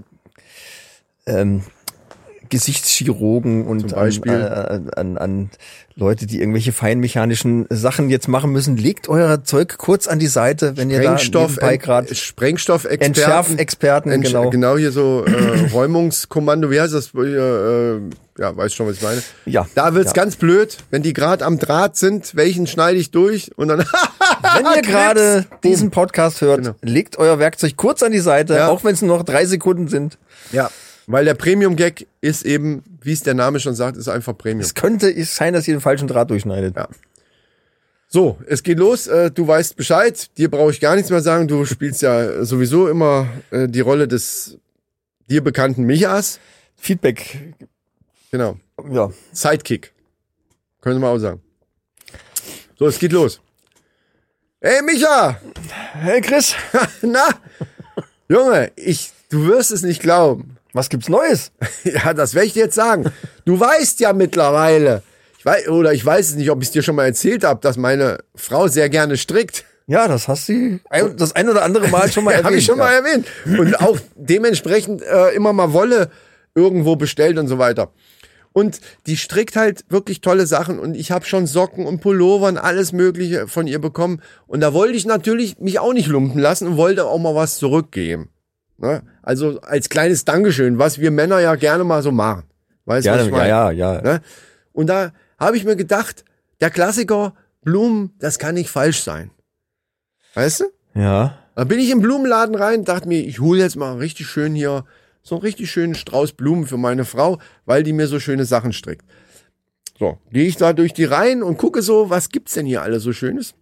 Gesichtschirurgen und an Leute, die irgendwelche feinmechanischen Sachen jetzt machen müssen. Legt euer Zeug kurz an die Seite, wenn ihr da nebenbei gerade Sprengstoffexperten, Entschärfexperten, genau. Genau, hier so Räumungskommando, wie heißt das? Ja, weißt schon, was ich meine. Ja. Da wird's ganz blöd, wenn die gerade am Draht sind, welchen schneide ich durch und dann wenn ihr gerade diesen Podcast hört, legt euer Werkzeug kurz an die Seite, auch wenn es nur noch 3 Sekunden sind. Ja. Weil der Premium-Gag ist eben, wie es der Name schon sagt, ist einfach Premium. Es könnte sein, dass ihr den falschen Draht durchschneidet. Ja. So, es geht los. Du weißt Bescheid. Dir brauche ich gar nichts mehr sagen. Du spielst ja sowieso immer die Rolle des dir bekannten Michas. Feedback. Genau. Ja. Sidekick. Können wir auch sagen. So, es geht los. Hey, Micha! Hey, Chris! Na? Junge, du wirst es nicht glauben. Was gibt's Neues? Ja, das werde ich dir jetzt sagen. Du weißt ja mittlerweile, ich weiß es nicht, ob ich es dir schon mal erzählt habe, dass meine Frau sehr gerne strickt. Ja, das hast du das ein oder andere Mal schon mal erwähnt. Habe ich schon mal erwähnt. Und auch dementsprechend immer mal Wolle irgendwo bestellt und so weiter. Und die strickt halt wirklich tolle Sachen und ich habe schon Socken und Pullover und alles Mögliche von ihr bekommen. Und da wollte ich natürlich mich auch nicht lumpen lassen und wollte auch mal was zurückgeben. Ne? Also als kleines Dankeschön, was wir Männer ja gerne mal so machen. Weißt du, was ich meine? Ja. Ne? Und da habe ich mir gedacht, der Klassiker, Blumen, das kann nicht falsch sein. Weißt du? Ja. Da bin ich im Blumenladen rein, dachte mir, ich hole jetzt mal richtig schön hier so einen richtig schönen Strauß Blumen für meine Frau, weil die mir so schöne Sachen strickt. So, gehe ich da durch die Reihen und gucke so, was gibt's denn hier alles so Schönes?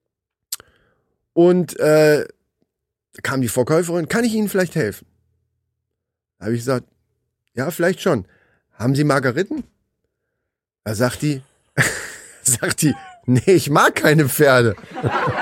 Und kam die Verkäuferin, kann ich Ihnen vielleicht helfen? Da habe ich gesagt, ja, vielleicht schon. Haben Sie Margeriten? Da sagt die, nee, ich mag keine Pferde.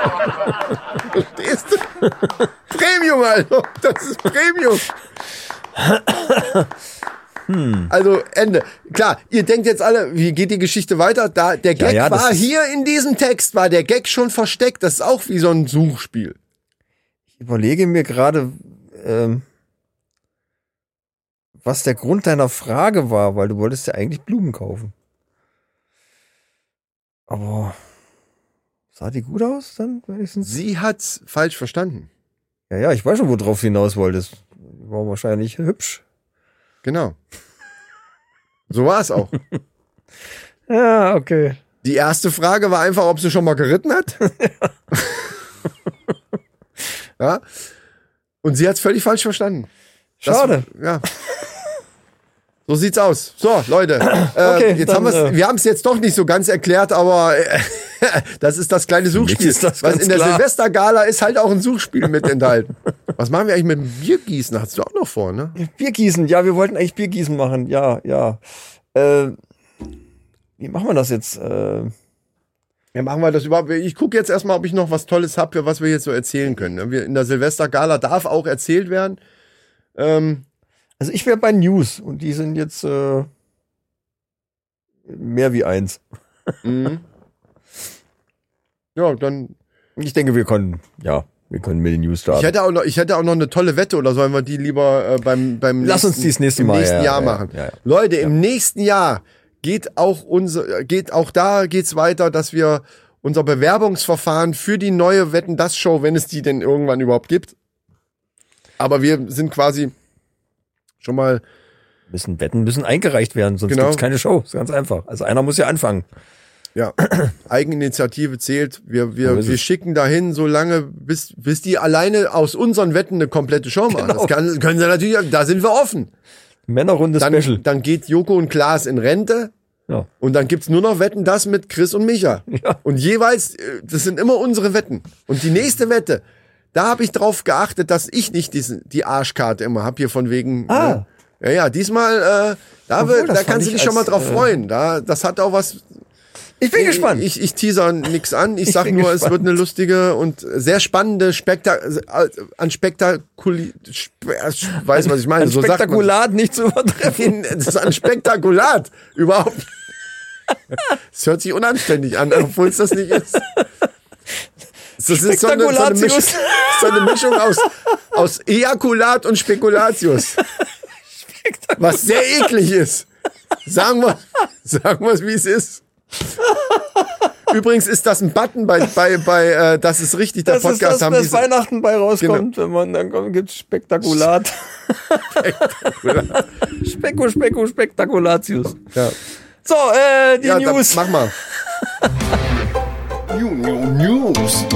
Verstehst du? Premium, Alter. Das ist Premium. Also Ende. Klar, ihr denkt jetzt alle, wie geht die Geschichte weiter? Da der Gag war hier in diesem Text, war der Gag schon versteckt. Das ist auch wie so ein Suchspiel. Ich überlege mir gerade, was der Grund deiner Frage war, weil du wolltest ja eigentlich Blumen kaufen. Aber sah die gut aus dann wenigstens? Sie hat's falsch verstanden. Ja, ich weiß schon, worauf du hinaus wolltest. War wahrscheinlich hübsch. Genau. So war es auch. Ja, okay. Die erste Frage war einfach, ob sie schon mal geritten hat. Ja. Und sie hat's völlig falsch verstanden. Schade. Ja. So sieht's aus. So, Leute. Okay, jetzt dann, wir haben es jetzt doch nicht so ganz erklärt, aber das ist das kleine Suchspiel. Was in der Silvestergala ist halt auch ein Suchspiel mit enthalten. Was machen wir eigentlich mit dem Biergießen? Hast du auch noch vor, ne? Biergießen, ja, wir wollten eigentlich Biergießen machen. Ja. Wie machen wir das jetzt? Ja, machen wir das überhaupt? Ich gucke jetzt erstmal, ob ich noch was Tolles habe, was wir jetzt so erzählen können. In der Silvestergala darf auch erzählt werden. Also ich wäre bei News und die sind jetzt mehr wie 1. Mhm. Ja, dann. Ich denke, wir können mit den News starten. Ich hätte auch noch eine tolle Wette, oder sollen wir die lieber Lass uns dies nächste Mal nächsten Jahr machen. Ja. Leute, im nächsten Jahr geht's weiter, dass wir unser Bewerbungsverfahren für die neue Wetten, das Show, wenn es die denn irgendwann überhaupt gibt. Aber wir sind quasi schon mal. Wetten müssen eingereicht werden, sonst gibt's keine Show. Das ist ganz einfach. Also einer muss ja anfangen. Ja, Eigeninitiative zählt. Wir schicken dahin, so lange, bis die alleine aus unseren Wetten eine komplette Show machen. Genau. Das können sie natürlich, da sind wir offen. Männerrunde Special. Dann geht Joko und Klaas in Rente. Ja. Und dann gibt's nur noch Wetten, das mit Chris und Micha. Ja. Und jeweils, das sind immer unsere Wetten. Und die nächste Wette, da habe ich drauf geachtet, dass ich nicht die Arschkarte immer hab hier von wegen. Ja, diesmal, da kannst du dich schon mal drauf freuen. Das hat auch was. Ich bin gespannt. Ich teaser nix an. Ich sag nur, es wird eine lustige und sehr spannende weiß, was ich meine. So Spektakulat nicht zu übertreffen. Das ist ein Spektakulat. Überhaupt. Es hört sich unanständig an, obwohl es das nicht ist. Das ist so eine Mischung aus Ejakulat und Spekulatius. Was sehr eklig ist. Sagen wir es, wie es ist. Übrigens ist das ein Button bei das ist richtig, der das Podcast ist das, Weihnachten bei rauskommt, genau. Wenn man dann gibt's Spektakulat. Spekulatius. Ja. So, die News. Mach mal. News.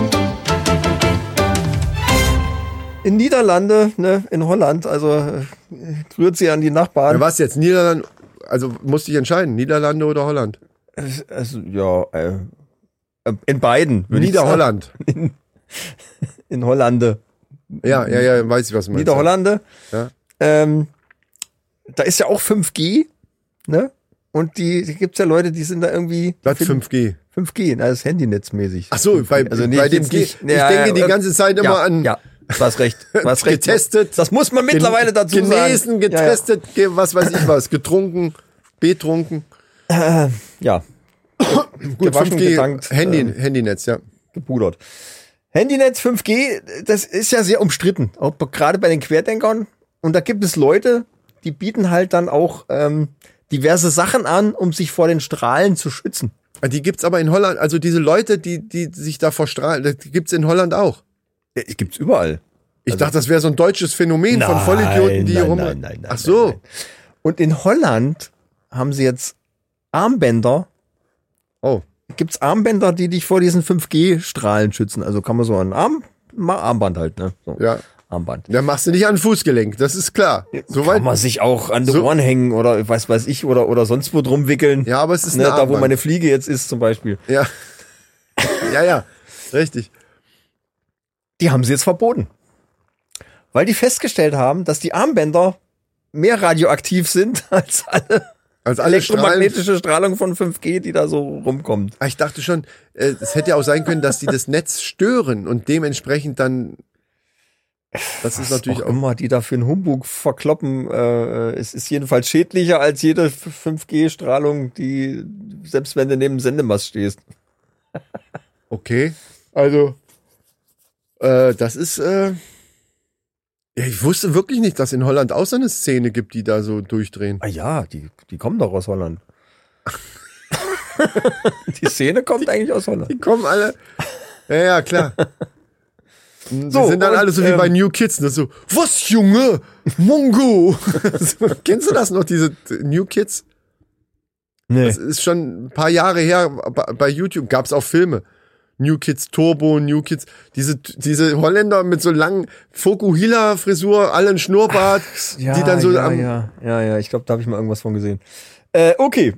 In Niederlande, ne, in Holland, also rührt sie an die Nachbarn. Ja, was jetzt? Niederlande, also musste ich entscheiden, Niederlande oder Holland? Also, ja, in beiden. Niederholland. In Hollande. Ja, weiß ich, was du meinst. Niederhollande. Ja. Da ist ja auch 5G, ne? Und die gibt's ja Leute, die sind da irgendwie. Was 5G? 5G, das ist handynetzmäßig. Ach so, bei dem G. Ich denke die ganze Zeit immer an. Ja, du hast recht. Getestet. Das muss man mittlerweile dazu sagen. Genesen, getestet, was weiß ich was, getrunken, betrunken. Ja. Gut, 5G, getankt, Handynetz, ja. Gepudert. Handynetz 5G, das ist ja sehr umstritten, auch gerade bei den Querdenkern. Und da gibt es Leute, die bieten halt dann auch diverse Sachen an, um sich vor den Strahlen zu schützen. Die gibt's aber in Holland, also diese Leute, die sich da vor Strahlen, das gibt's in Holland auch. Ja, gibt's überall. Ich dachte, das wäre so ein deutsches Phänomen von Vollidioten, die Nein. Ach so. Nein. Und in Holland haben sie jetzt Armbänder. Oh. Gibt's Armbänder, die dich vor diesen 5G-Strahlen schützen? Also kann man so ein Armband halt, ne? So. Ja. Armband. Da machst du nicht an den Fußgelenk, das ist klar. Kann man sich auch an die Ohren hängen oder was weiß ich oder sonst wo drum wickeln. Ja, aber es ist da, wo meine Fliege jetzt ist zum Beispiel. Ja. Ja, richtig. Die haben sie jetzt verboten. Weil die festgestellt haben, dass die Armbänder mehr radioaktiv sind als alle elektromagnetische Strahlung von 5G, die da so rumkommt. Ich dachte schon, es hätte ja auch sein können, dass die das Netz stören und dementsprechend dann Das ist natürlich auch immer, die da für einen Humbug verkloppen. Es ist jedenfalls schädlicher als jede 5G-Strahlung, die, selbst wenn du neben dem Sendemast stehst. Okay, also das ist ja, ich wusste wirklich nicht, dass in Holland auch so eine Szene gibt, die da so durchdrehen. Ah ja, die kommen doch aus Holland. Die Szene kommt eigentlich aus Holland. Die kommen alle. Ja, klar. Die So, sind dann alle so wie bei New Kids. Das so, was, Junge? Mongo! So, kennst du das noch, diese New Kids? Nee. Das ist schon ein paar Jahre her. Bei YouTube gab es auch Filme. New Kids Turbo, New Kids. Diese Holländer mit so langen Fokuhila-Frisur, alle ein Schnurrbart, die dann so Ja, ich glaube, da habe ich mal irgendwas von gesehen. Okay.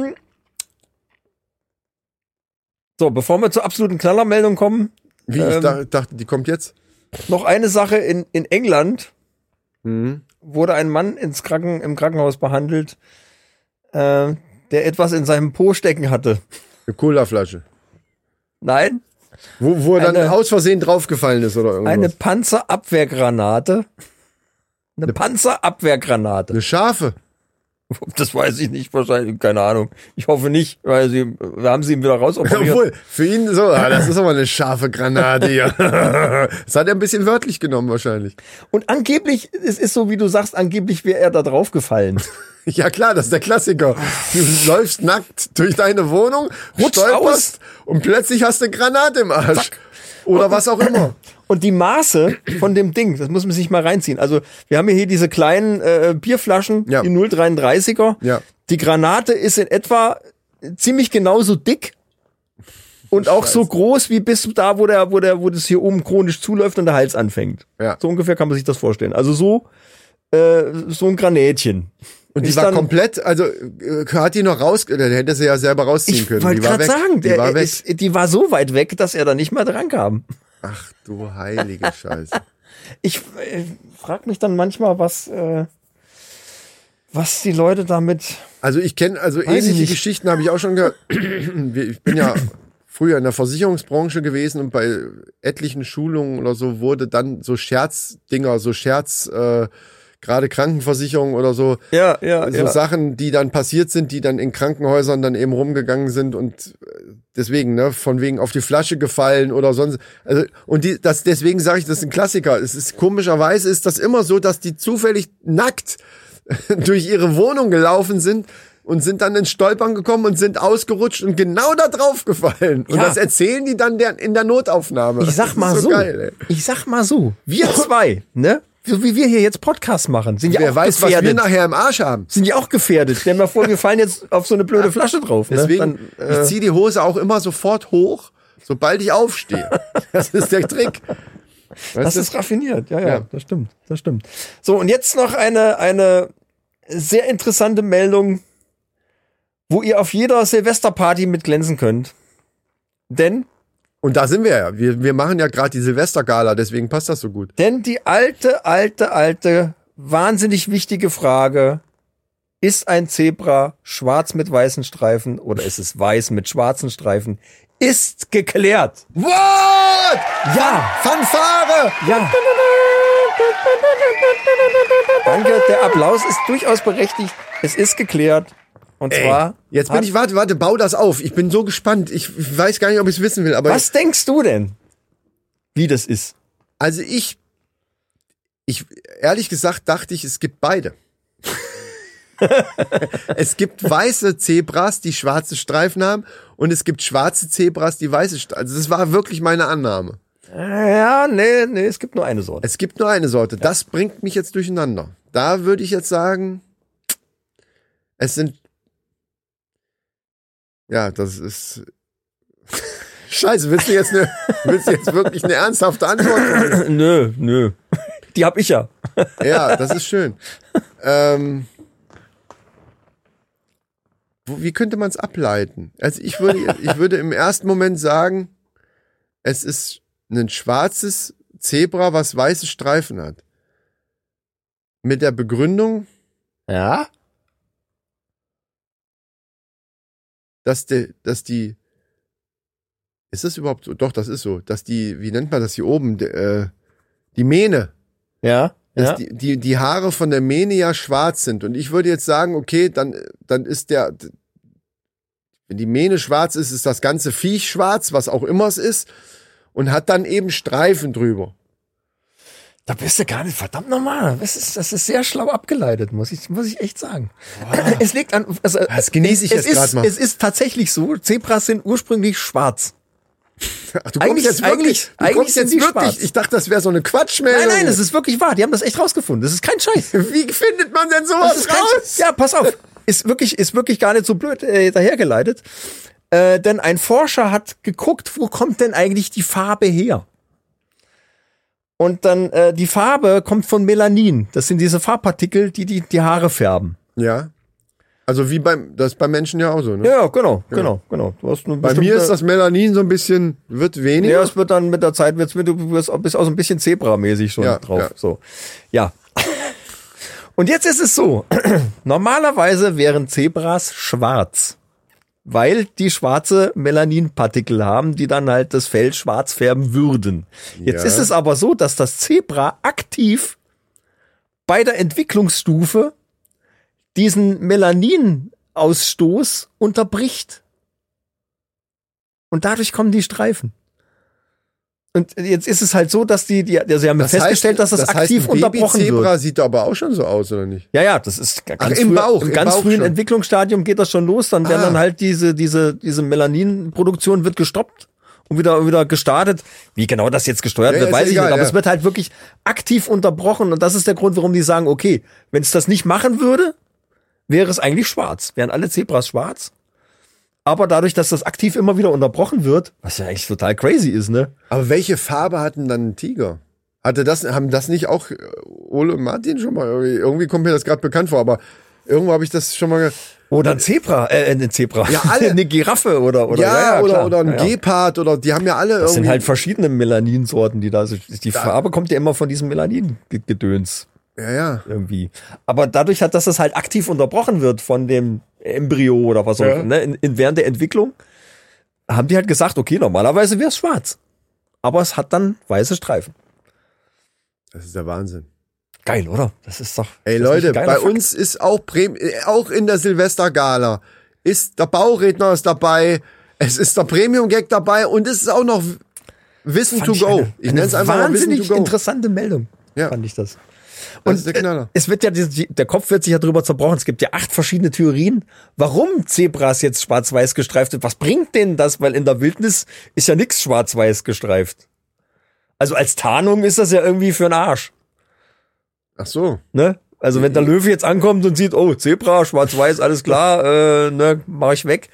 So, bevor wir zur absoluten Knallermeldung kommen. Wie, ich dachte, die kommt jetzt. Noch eine Sache in England. Wurde ein Mann im Krankenhaus behandelt, der etwas in seinem Po stecken hatte. Eine Colaflasche. Nein. Wo er dann aus Versehen draufgefallen ist oder irgendwas. Eine Panzerabwehrgranate. Eine Panzerabwehrgranate. Eine scharfe. Das weiß ich nicht, wahrscheinlich, keine Ahnung. Ich hoffe nicht, weil wir haben sie ihm wieder rausoperiert. Obwohl, für ihn so, das ist aber eine scharfe Granate, ja. Das hat er ein bisschen wörtlich genommen wahrscheinlich. Und angeblich, es ist so, wie du sagst, angeblich wäre er da drauf gefallen. Ja klar, das ist der Klassiker. Du läufst nackt durch deine Wohnung, stolperst und plötzlich hast du eine Granate im Arsch. Zack. Oder was auch immer. Und die Maße von dem Ding, das muss man sich mal reinziehen. Also wir haben hier diese kleinen Bierflaschen, die 0,33er. Ja. Die Granate ist in etwa ziemlich genauso dick und auch so groß wie bis da, wo das hier oben chronisch zuläuft und der Hals anfängt. Ja. So ungefähr kann man sich das vorstellen. Also so ein Granätchen. Und die war komplett, also hat die noch raus, der hätte sie ja selber rausziehen können. Ich wollte gerade sagen, die war so weit weg, dass er da nicht mehr dran kam. Ach du heilige Scheiße. Ich frage mich dann manchmal, was die Leute damit. Also ich kenne, ähnliche Geschichten habe ich auch schon gehört. Ich bin ja früher in der Versicherungsbranche gewesen und bei etlichen Schulungen oder so wurde dann so Scherzdinger, gerade Krankenversicherung oder so. So Sachen, die dann passiert sind, die dann in Krankenhäusern dann eben rumgegangen sind und deswegen, ne, von wegen auf die Flasche gefallen oder sonst. Also, und deswegen sage ich, das ist ein Klassiker. Es ist komischerweise ist das immer so, dass die zufällig nackt durch ihre Wohnung gelaufen sind und sind dann ins Stolpern gekommen und sind ausgerutscht und genau da drauf gefallen. Und das erzählen die dann in der Notaufnahme. Ich sag mal so. Geil, ich sag mal so. Wir zwei, ne? So wie wir hier jetzt Podcasts machen, sind ja auch weiß, gefährdet. Was wir nachher im Arsch haben. Sind ja auch gefährdet. Stell dir mal vor, wir fallen jetzt auf so eine blöde Flasche drauf. Ne? Deswegen, ich ziehe die Hose auch immer sofort hoch, sobald ich aufstehe. Das ist der Trick. Das ist raffiniert. Ja, das stimmt. So, und jetzt noch eine sehr interessante Meldung, wo ihr auf jeder Silvesterparty mit glänzen könnt. Denn und da sind wir ja. Wir machen ja gerade die Silvestergala, deswegen passt das so gut. Denn die alte, wahnsinnig wichtige Frage, ist ein Zebra schwarz mit weißen Streifen oder ist es weiß mit schwarzen Streifen, ist geklärt. What? Ja. Fanfare! Ja. Danke, der Applaus ist durchaus berechtigt. Es ist geklärt. Und zwar. Jetzt bin ich, warte, bau das auf. Ich bin so gespannt. Ich weiß gar nicht, ob ich es wissen will, aber. Was denkst du denn? Wie das ist? Also ich ehrlich gesagt dachte ich, es gibt beide. Es gibt weiße Zebras, die schwarze Streifen haben und es gibt schwarze Zebras, die weiße Streifen. Also das war wirklich meine Annahme. Ja, nee, es gibt nur eine Sorte. Es gibt nur eine Sorte. Ja. Das bringt mich jetzt durcheinander. Da würde ich jetzt sagen, es sind ja, das ist Scheiße, willst du jetzt wirklich eine ernsthafte Antwort? Nö. Die hab ich ja. Ja, das ist schön. Wie könnte man es ableiten? Also ich würde im ersten Moment sagen, es ist ein schwarzes Zebra, was weiße Streifen hat. Mit der Begründung, ja, dass die, ist das überhaupt so? Doch, das ist so, dass die, wie nennt man das hier oben, die Mähne Ja. Dass die Haare von der Mähne ja schwarz sind. Und ich würde jetzt sagen, okay, dann ist wenn die Mähne schwarz ist, ist das ganze Viech schwarz, was auch immer es ist, und hat dann eben Streifen drüber. Da bist du gar nicht, verdammt nochmal. Das ist sehr schlau abgeleitet, muss ich echt sagen. Wow. Es liegt an, also, das genieße ich jetzt gerade mal. Es ist tatsächlich so, Zebras sind ursprünglich schwarz. Ach, du kommst jetzt wirklich. Ich dachte, das wäre so eine Quatschmeldung. Nein, das ist wirklich wahr. Die haben das echt rausgefunden. Das ist kein Scheiß. Wie findet man denn sowas raus? Ja, pass auf. Ist wirklich gar nicht so blöd dahergeleitet. Denn ein Forscher hat geguckt, wo kommt denn eigentlich die Farbe her? Und dann die Farbe kommt von Melanin. Das sind diese Farbpartikel, die Haare färben. Ja. Also wie das ist beim Menschen ja auch so, ne? Ja, genau. Du hast bei mir ist das Melanin so ein bisschen, wird weniger. Ja, es wird dann mit der Zeit, du bist auch so ein bisschen Zebra-mäßig schon drauf. Ja. So. Ja. Und jetzt ist es so, normalerweise wären Zebras schwarz, weil die schwarze Melaninpartikel haben, die dann halt das Fell schwarz färben würden. Jetzt ist es aber so, dass das Zebra aktiv bei der Entwicklungsstufe diesen Melaninausstoß unterbricht. Und dadurch kommen die Streifen. Und jetzt ist es halt so, dass sie haben festgestellt, dass das aktiv unterbrochen wird. Baby-Zebra sieht aber auch schon so aus, oder nicht? Ja, das ist im Bauch. Im ganz frühen Entwicklungsstadium geht das schon los. Dann werden dann halt diese Melaninproduktion wird gestoppt und wieder gestartet. Wie genau das jetzt gesteuert wird, weiß ich nicht. Aber es wird halt wirklich aktiv unterbrochen. Und das ist der Grund, warum die sagen, okay, wenn es das nicht machen würde, wäre es eigentlich schwarz. Wären alle Zebras schwarz. Aber dadurch, dass das aktiv immer wieder unterbrochen wird, was ja eigentlich total crazy ist, ne? Aber welche Farbe hatten dann ein Tiger? Haben das nicht auch Ole und Martin schon mal? Irgendwie kommt mir das gerade bekannt vor, aber irgendwo habe ich das schon mal. Oder ein Zebra. Ja, alle. Eine Giraffe oder ein Gepard oder die haben ja alle irgendwie. Das sind halt verschiedene Melaninsorten, die da sind. Die Farbe kommt ja immer von diesem Melanin-Gedöns. Ja. Irgendwie. Aber dadurch dass das halt aktiv unterbrochen wird von dem Embryo oder was auch immer, ne? Während der Entwicklung, haben die halt gesagt, okay, normalerweise wäre es schwarz. Aber es hat dann weiße Streifen. Das ist der Wahnsinn. Geil, oder? Das ist doch. Ey Leute, bei uns ist auch in der Silvestergala ist der Bauredner ist dabei, es ist der Premium-Gag dabei und es ist auch noch Wissen to go. Ich nenne es einfach mal Wissen to go. Wahnsinnig interessante Meldung, fand ich das. Und es wird der Kopf wird sich ja drüber zerbrochen. Es gibt ja 8 verschiedene Theorien, warum Zebras jetzt schwarz-weiß gestreift sind. Was bringt denn das? Weil in der Wildnis ist ja nichts schwarz-weiß gestreift. Also als Tarnung ist das ja irgendwie für den Arsch. Ach so. Ne? Also wenn der Löwe jetzt ankommt und sieht, oh, Zebra, schwarz-weiß, alles klar, mach ich weg.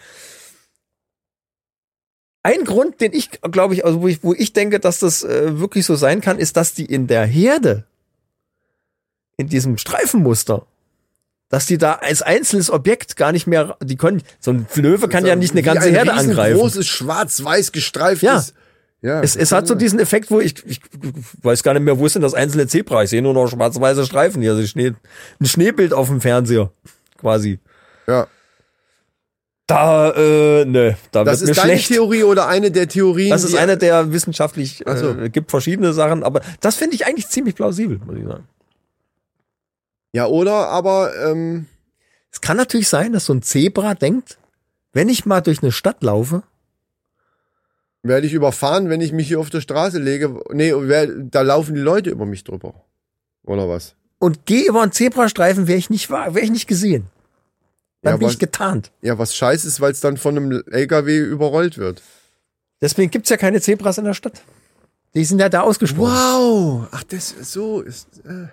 Ein Grund, den ich, glaube ich, also wo ich denke, dass das wirklich so sein kann, ist, dass die in der Herde in diesem Streifenmuster, dass die da als einzelnes Objekt gar nicht mehr, so ein Löwe kann ja nicht eine ganze Herde angreifen. Ein großes schwarz-weiß gestreiftes. Ja. Es hat so diesen Effekt, wo ich weiß gar nicht mehr, wo ist denn das einzelne Zebra? Ich sehe nur noch schwarz-weiße Streifen hier, also ein Schneebild auf dem Fernseher, quasi. Ja. Da wird mir schlecht. Das ist deine Theorie oder eine der Theorien? Das ist eine der wissenschaftlich, gibt verschiedene Sachen, aber das finde ich eigentlich ziemlich plausibel, muss ich sagen. Ja, oder, aber es kann natürlich sein, dass so ein Zebra denkt, wenn ich mal durch eine Stadt laufe, werde ich überfahren, wenn ich mich hier auf der Straße lege. Nee, da laufen die Leute über mich drüber. Oder was? Und gehe über einen Zebrastreifen, wäre ich nicht gesehen. Dann bin ich getarnt. Ja, was scheiße ist, weil es dann von einem LKW überrollt wird. Deswegen gibt's ja keine Zebras in der Stadt. Die sind ja da ausgesprochen. Wow! Ach, das so ist.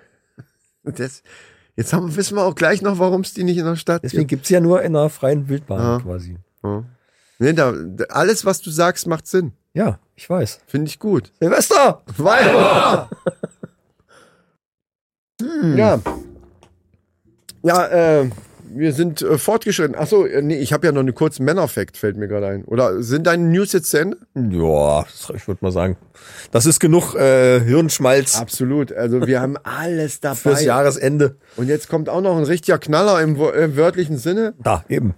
Jetzt wissen wir auch gleich noch, warum es die nicht in der Stadt gibt. Deswegen gibt's ja nur in einer freien Wildbahn quasi. Ja. Nee, alles, was du sagst, macht Sinn. Ja, ich weiß. Finde ich gut. Silvester! Weiter! Ja. Ja, wir sind fortgeschritten. Achso, nee, ich habe ja noch einen kurzen Männerfact, fällt mir gerade ein. Oder sind deine News jetzt zu Ende? Ja, ich würde mal sagen. Das ist genug Hirnschmalz. Absolut. Also wir haben alles dabei. Fürs Jahresende. Und jetzt kommt auch noch ein richtiger Knaller im wörtlichen Sinne. Da, eben.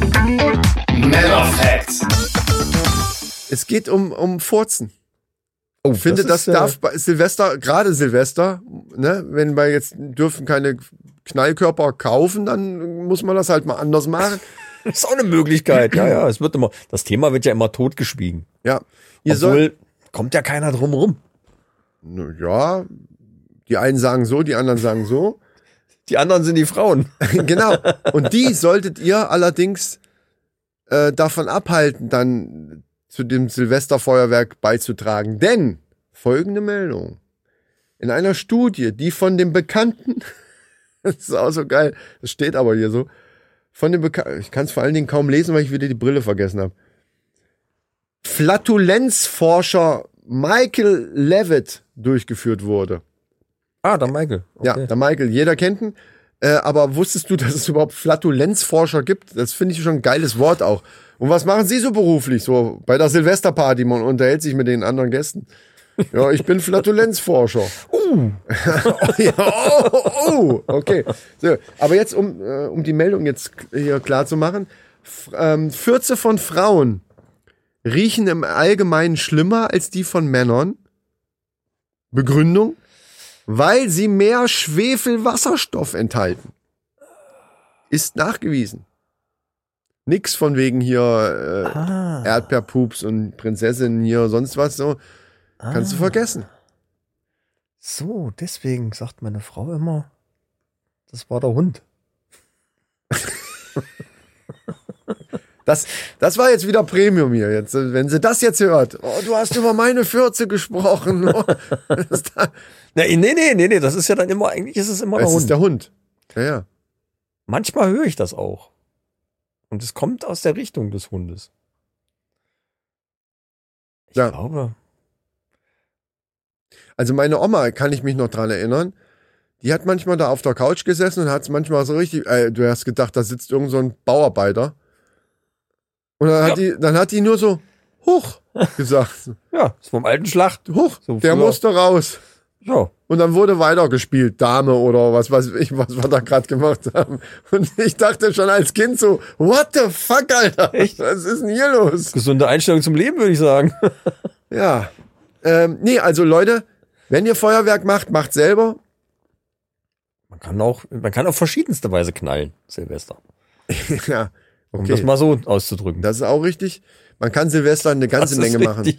Männerfact. Es geht um Furzen. Ich finde, das darf bei Silvester, gerade Silvester, ne, wenn wir jetzt dürfen keine Knallkörper kaufen, dann muss man das halt mal anders machen. Das ist auch eine Möglichkeit. Ja, es wird immer, das Thema wird ja immer totgeschwiegen. Ja. Obwohl, kommt ja keiner drum rum. Ja, die einen sagen so, die anderen sagen so. Die anderen sind die Frauen. Genau. Und die solltet ihr allerdings davon abhalten, dann zu dem Silvesterfeuerwerk beizutragen. Denn, folgende Meldung. In einer Studie, die von dem bekannten, das ist auch so geil, das steht aber hier so, von dem bekannten, ich kann es vor allen Dingen kaum lesen, weil ich wieder die Brille vergessen habe. Flatulenzforscher Michael Levitt durchgeführt wurde. Ah, der Michael. Okay. Ja, der Michael. Jeder kennt ihn. Aber wusstest du, dass es überhaupt Flatulenzforscher gibt? Das finde ich schon ein geiles Wort auch. Und was machen Sie so beruflich? So bei der Silvesterparty, man unterhält sich mit den anderen Gästen. Ja, ich bin Flatulenzforscher. Okay. So, aber jetzt, um die Meldung jetzt hier klar zu machen. 14 von Frauen riechen im Allgemeinen schlimmer als die von Männern. Begründung? Weil sie mehr Schwefelwasserstoff enthalten. Ist nachgewiesen. Nix von wegen hier Erdbeerpups und Prinzessinnen hier, sonst was so. Kannst du vergessen. So, deswegen sagt meine Frau immer, das war der Hund. Das war jetzt wieder Premium hier. Jetzt, wenn sie das jetzt hört, oh, du hast über meine Fürze gesprochen. Oh, nee, das ist ja dann immer, eigentlich ist es immer der Hund. Es ist der Hund. Ja. Manchmal höre ich das auch. Und es kommt aus der Richtung des Hundes. Ich glaube. Also meine Oma, kann ich mich noch dran erinnern, die hat manchmal da auf der Couch gesessen und hat es manchmal so richtig, du hast gedacht, da sitzt irgend so ein Bauarbeiter. Und dann hat die nur so, huch, gesagt. Ja, ist vom alten Schlacht. Huch, so der musste raus. Ja. Und dann wurde weitergespielt, Dame oder was weiß ich, was wir da gerade gemacht haben. Und ich dachte schon als Kind so, what the fuck, Alter? Echt? Was ist denn hier los? Gesunde Einstellung zum Leben, würde ich sagen. Ja. Nee, also Leute, wenn ihr Feuerwerk macht selber. Man kann auf verschiedenste Weise knallen, Silvester. Ja. Okay. Um das mal so auszudrücken. Das ist auch richtig. Man kann Silvester eine ganze Menge machen.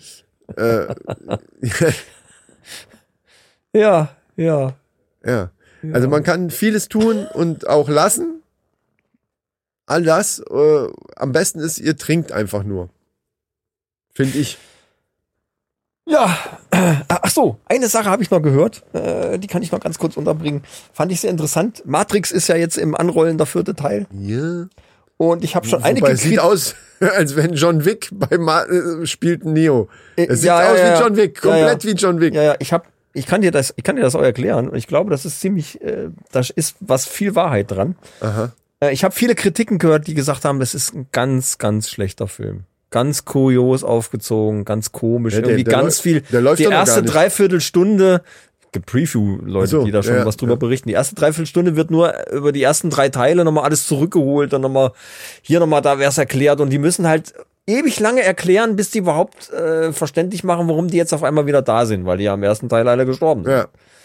Ja. Also man kann vieles tun und auch lassen. All das. Am besten ist, ihr trinkt einfach nur. Finde ich. Ja. Ach so, eine Sache habe ich noch gehört. Die kann ich noch ganz kurz unterbringen. Fand ich sehr interessant. Matrix ist ja jetzt im Anrollen, der 4. Teil. Ja. Und ich habe schon einige. Es sieht aus, als wenn John Wick spielt Neo. Es sieht aus wie John Wick, komplett wie John Wick. Ja, ich kann dir das auch erklären. Und ich glaube, das ist ziemlich, da ist was viel Wahrheit dran. Aha. Ich habe viele Kritiken gehört, die gesagt haben, das ist ein ganz, ganz schlechter Film. Ganz kurios aufgezogen, ganz komisch, Ja, irgendwie ganz viel. Der läuft die doch noch erste gar nicht. Dreiviertelstunde, gibt Preview-Leute, die da schon was drüber berichten. Die erste Dreiviertelstunde wird nur über die ersten 3 Teile nochmal alles zurückgeholt, dann nochmal hier nochmal da wär's erklärt und die müssen halt ewig lange erklären, bis die überhaupt verständlich machen, warum die jetzt auf einmal wieder da sind, weil die ja im ersten Teil alle gestorben sind. Ja.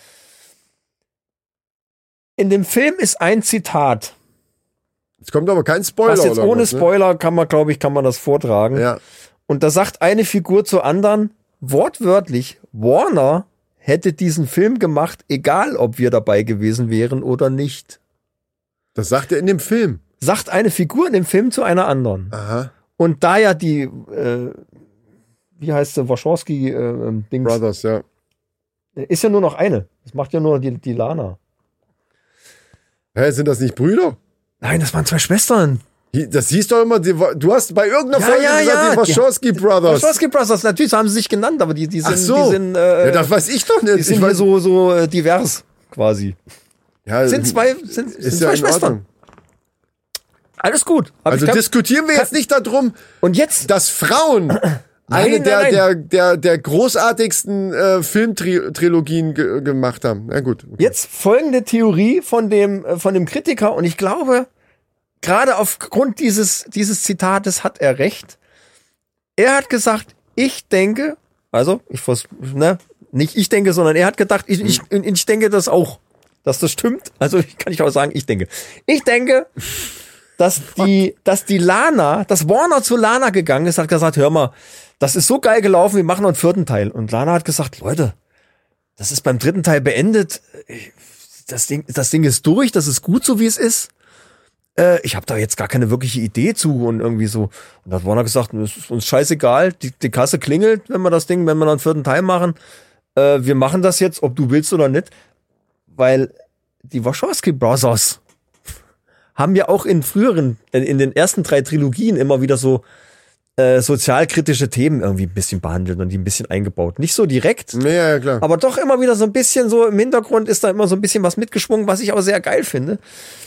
In dem Film ist ein Zitat. Es kommt aber kein Spoiler. Was jetzt oder ohne was, ne? Spoiler kann man das vortragen. Ja. Und da sagt eine Figur zur anderen, wortwörtlich, Warner hätte diesen Film gemacht, egal ob wir dabei gewesen wären oder nicht. Das sagt er in dem Film. Sagt eine Figur in dem Film zu einer anderen. Aha. Und da ja die, wie heißt sie, Wachowski-Dings. Brothers, ja. Ist ja nur noch eine. Das macht ja nur die Lana. Hä, sind das nicht Brüder? Nein, das waren 2 Schwestern. Das hieß doch immer, du hast bei irgendeiner Folge gesagt, die Wachowski Brothers. Wachowski Brothers, natürlich haben sie sich genannt, aber die sind, Ach so. die sind ja, das weiß ich doch nicht. Die sind so divers, quasi. Ja, sind zwei Schwestern. Alles gut. Also diskutieren wir jetzt nicht darum, und jetzt, dass Frauen eine der großartigsten Filmtrilogien gemacht haben. Na gut. Okay. Jetzt folgende Theorie von dem Kritiker, und ich glaube, gerade aufgrund dieses Zitates hat er recht. Er hat gesagt, ich denke, Also, nicht ich denke, sondern er hat gedacht, ich denke das auch, dass das stimmt. Also, kann ich auch sagen, ich denke. Ich denke, dass Warner zu Lana gegangen ist, hat gesagt, hör mal, das ist so geil gelaufen, wir machen noch einen 4. Teil. Und Lana hat gesagt, Leute, das ist beim 3. Teil beendet. Das Ding ist durch, das ist gut so, wie es ist. Ich habe da jetzt gar keine wirkliche Idee zu und irgendwie so. Und da hat Warner gesagt, es ist uns scheißegal, die Kasse klingelt, wenn wir dann einen 4. Teil machen. Wir machen das jetzt, ob du willst oder nicht. Weil die Wachowski Brothers haben ja auch in den ersten 3 Trilogien immer wieder so sozialkritische Themen irgendwie ein bisschen behandelt und die ein bisschen eingebaut. Nicht so direkt, ja, klar. Aber doch immer wieder so ein bisschen so im Hintergrund ist da immer so ein bisschen was mitgeschwungen, was ich auch sehr geil finde.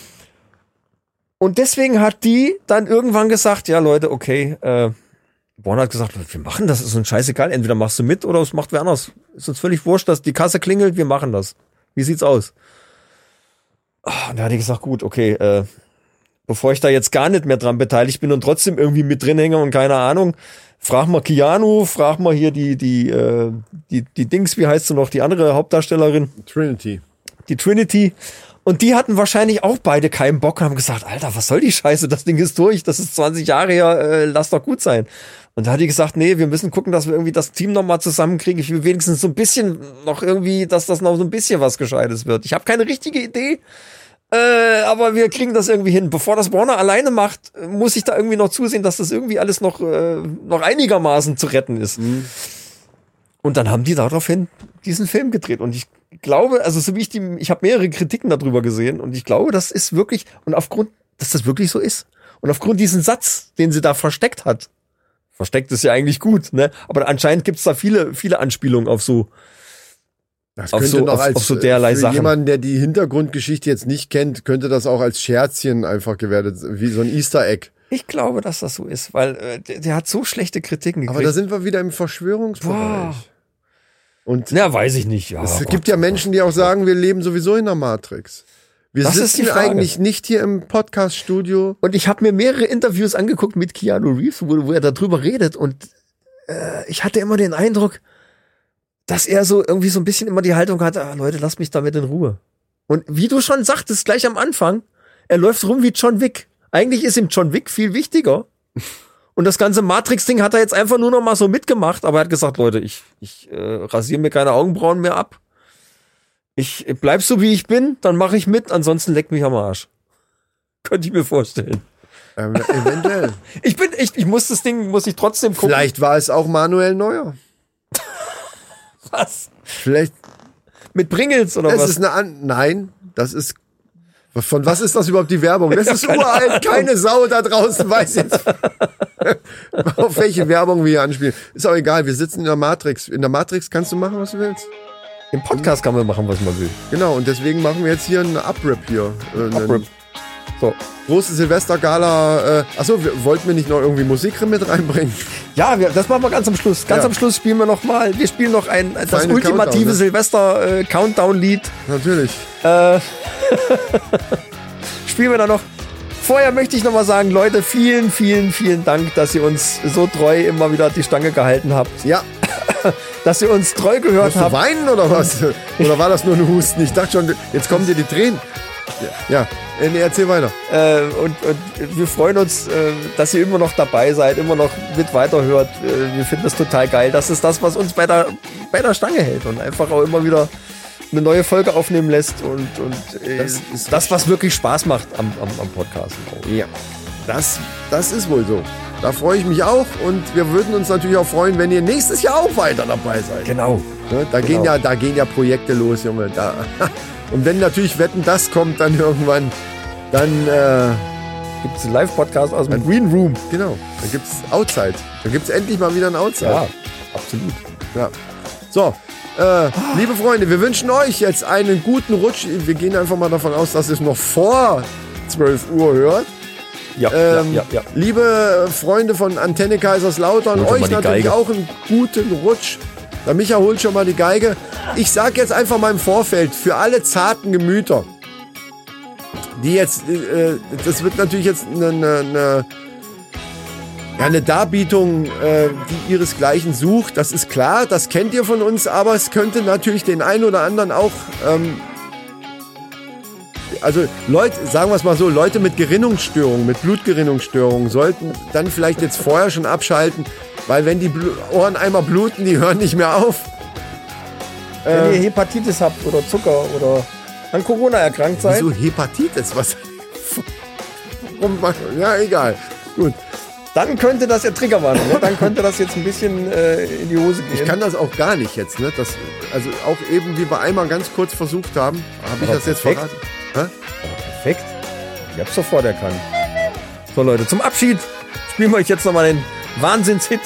Und deswegen hat die dann irgendwann gesagt, ja Leute, okay, Warner hat gesagt, wir machen das, ist uns scheißegal, entweder machst du mit oder es macht wer anders. Ist uns völlig wurscht, dass die Kasse klingelt, wir machen das. Wie sieht's aus? Und da hat die gesagt, gut, okay, bevor ich da jetzt gar nicht mehr dran beteiligt bin und trotzdem irgendwie mit drin hänge und keine Ahnung, frag mal Keanu, frag mal hier die Dings, wie heißt sie noch, die andere Hauptdarstellerin? Trinity. Die Trinity. Und die hatten wahrscheinlich auch beide keinen Bock und haben gesagt, Alter, was soll die Scheiße, das Ding ist durch, das ist 20 Jahre her, lass doch gut sein. Und da hat die gesagt, nee, wir müssen gucken, dass wir irgendwie das Team nochmal zusammenkriegen. Ich will wenigstens so ein bisschen noch irgendwie, dass das noch so ein bisschen was Gescheites wird. Ich habe keine richtige Idee, aber wir kriegen das irgendwie hin. Bevor das Warner alleine macht, muss ich da irgendwie noch zusehen, dass das irgendwie alles noch einigermaßen zu retten ist. Mhm. Und dann haben die daraufhin diesen Film gedreht. Und ich glaube, also so wie ich habe mehrere Kritiken darüber gesehen und ich glaube, das ist wirklich, dass das wirklich so ist. Und aufgrund diesen Satz, den sie da versteckt hat, versteckt ist ja eigentlich gut, ne? Aber anscheinend gibt's da viele, viele Anspielungen auf so, das könnte auf so derlei Sachen. Für jemanden, der die Hintergrundgeschichte jetzt nicht kennt, könnte das auch als Scherzchen einfach gewertet, wie so ein Easter Egg. Ich glaube, dass das so ist, weil der hat so schlechte Kritiken gekriegt. Aber da sind wir wieder im Verschwörungsbereich. Boah. Und ja, weiß ich nicht. Ja, es gibt ja Menschen, die auch sagen, wir leben sowieso in der Matrix. Wir sitzen eigentlich nicht hier im Podcast-Studio. Und ich habe mir mehrere Interviews angeguckt mit Keanu Reeves, wo er darüber redet. Und ich hatte immer den Eindruck, dass er so irgendwie so ein bisschen immer die Haltung hat, Leute, lasst mich damit in Ruhe. Und wie du schon sagtest, gleich am Anfang, er läuft rum wie John Wick. Eigentlich ist ihm John Wick viel wichtiger. Und das ganze Matrix-Ding hat er jetzt einfach nur noch mal so mitgemacht. Aber er hat gesagt, Leute, ich rasiere mir keine Augenbrauen mehr ab. Ich bleib so, wie ich bin, dann mache ich mit, ansonsten leck mich am Arsch. Könnte ich mir vorstellen. Eventuell. Ich muss ich trotzdem gucken. Vielleicht war es auch Manuel Neuer. Was? Vielleicht. Mit Pringles oder was? Nein, das ist. Von was ist das überhaupt die Werbung? Das ist uralt, keine Sau da draußen weiß jetzt, auf welche Werbung wir hier anspielen. Ist auch egal, wir sitzen in der Matrix. In der Matrix kannst du machen, was du willst. Im Podcast kann man machen, was man will. Genau, und deswegen machen wir jetzt hier einen Uprip hier. Uprip. So. Große Silvestergala. Achso, wollten wir nicht noch irgendwie Musik mit reinbringen? Ja, das machen wir ganz am Schluss. Am Schluss spielen wir noch mal. Wir spielen noch das ultimative ne? Silvester-Countdown-Lied. Natürlich. Spielen wir da noch. Vorher möchte ich noch mal sagen, Leute, vielen, vielen, vielen Dank, dass ihr uns so treu immer wieder die Stange gehalten habt. Ja. Dass ihr uns treu gehört habt. Musst du weinen oder was? Oder war das nur ein Husten? Ich dachte schon, jetzt kommen dir die Tränen. Ja, erzähl weiter. Und wir freuen uns, dass ihr immer noch dabei seid, immer noch mit weiterhört. Wir finden das total geil. Das ist das, was uns bei der Stange hält und einfach auch immer wieder eine neue Folge aufnehmen lässt und das was wirklich Spaß macht am Podcasten. Ja, das ist wohl so. Da freue ich mich auch und wir würden uns natürlich auch freuen, wenn ihr nächstes Jahr auch weiter dabei seid. Genau. Ne, da gehen ja Projekte los, Junge. Und wenn natürlich Wetten, das kommt dann irgendwann, dann gibt es einen Live-Podcast aus dem Green Room. Genau, dann gibt es Outside. Dann gibt es endlich mal wieder ein Outside. Ja, absolut. Ja. So, liebe Freunde, wir wünschen euch jetzt einen guten Rutsch. Wir gehen einfach mal davon aus, dass ihr es noch vor 12 Uhr hört. Ja, ja. Liebe Freunde von Antenne Kaiserslautern, euch natürlich auch einen guten Rutsch. Der Micha holt schon mal die Geige. Ich sag jetzt einfach mal im Vorfeld, für alle zarten Gemüter, die jetzt, das wird natürlich jetzt eine Ja, eine Darbietung, die ihresgleichen sucht, das ist klar, das kennt ihr von uns, aber es könnte natürlich den einen oder anderen auch, also Leute, sagen wir es mal so, Leute mit Gerinnungsstörungen, mit Blutgerinnungsstörungen sollten dann vielleicht jetzt vorher schon abschalten, weil wenn die Ohren einmal bluten, die hören nicht mehr auf. Wenn ihr Hepatitis habt oder Zucker oder an Corona erkrankt seid. Wieso Hepatitis? Was? Ja, egal. Gut. Dann könnte das ja Triggerwarnung, ne? Dann könnte das jetzt ein bisschen in die Hose gehen. Ich kann das auch gar nicht jetzt, ne? Das, also auch eben, wie wir einmal ganz kurz versucht haben, habe ich das jetzt verraten. Hä? Perfekt. Ich hab's sofort erkannt. So Leute, zum Abschied spielen wir euch jetzt nochmal den Wahnsinnshit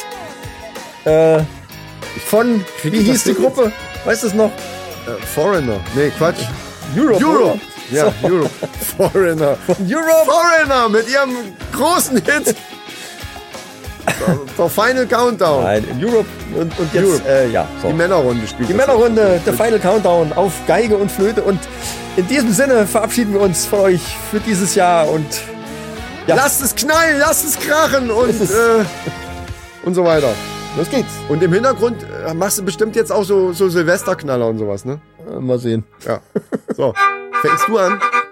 von, wie hieß die Gruppe? Weißt du es noch? Foreigner. Nee, Quatsch. Europe. Ja, so. Europe. Foreigner. Von Europe. Foreigner mit ihrem großen Hit. Der Final Countdown. Nein, Europe und jetzt, Europe. ja. So. Die Männerrunde spielt. Die Männerrunde, der Final Countdown auf Geige und Flöte. Und in diesem Sinne verabschieden wir uns von euch für dieses Jahr und ja. Lasst es knallen, lasst es krachen und so weiter. Los geht's. Und im Hintergrund machst du bestimmt jetzt auch so Silvesterknaller und sowas, ne? Mal sehen. Ja. So, fängst du an?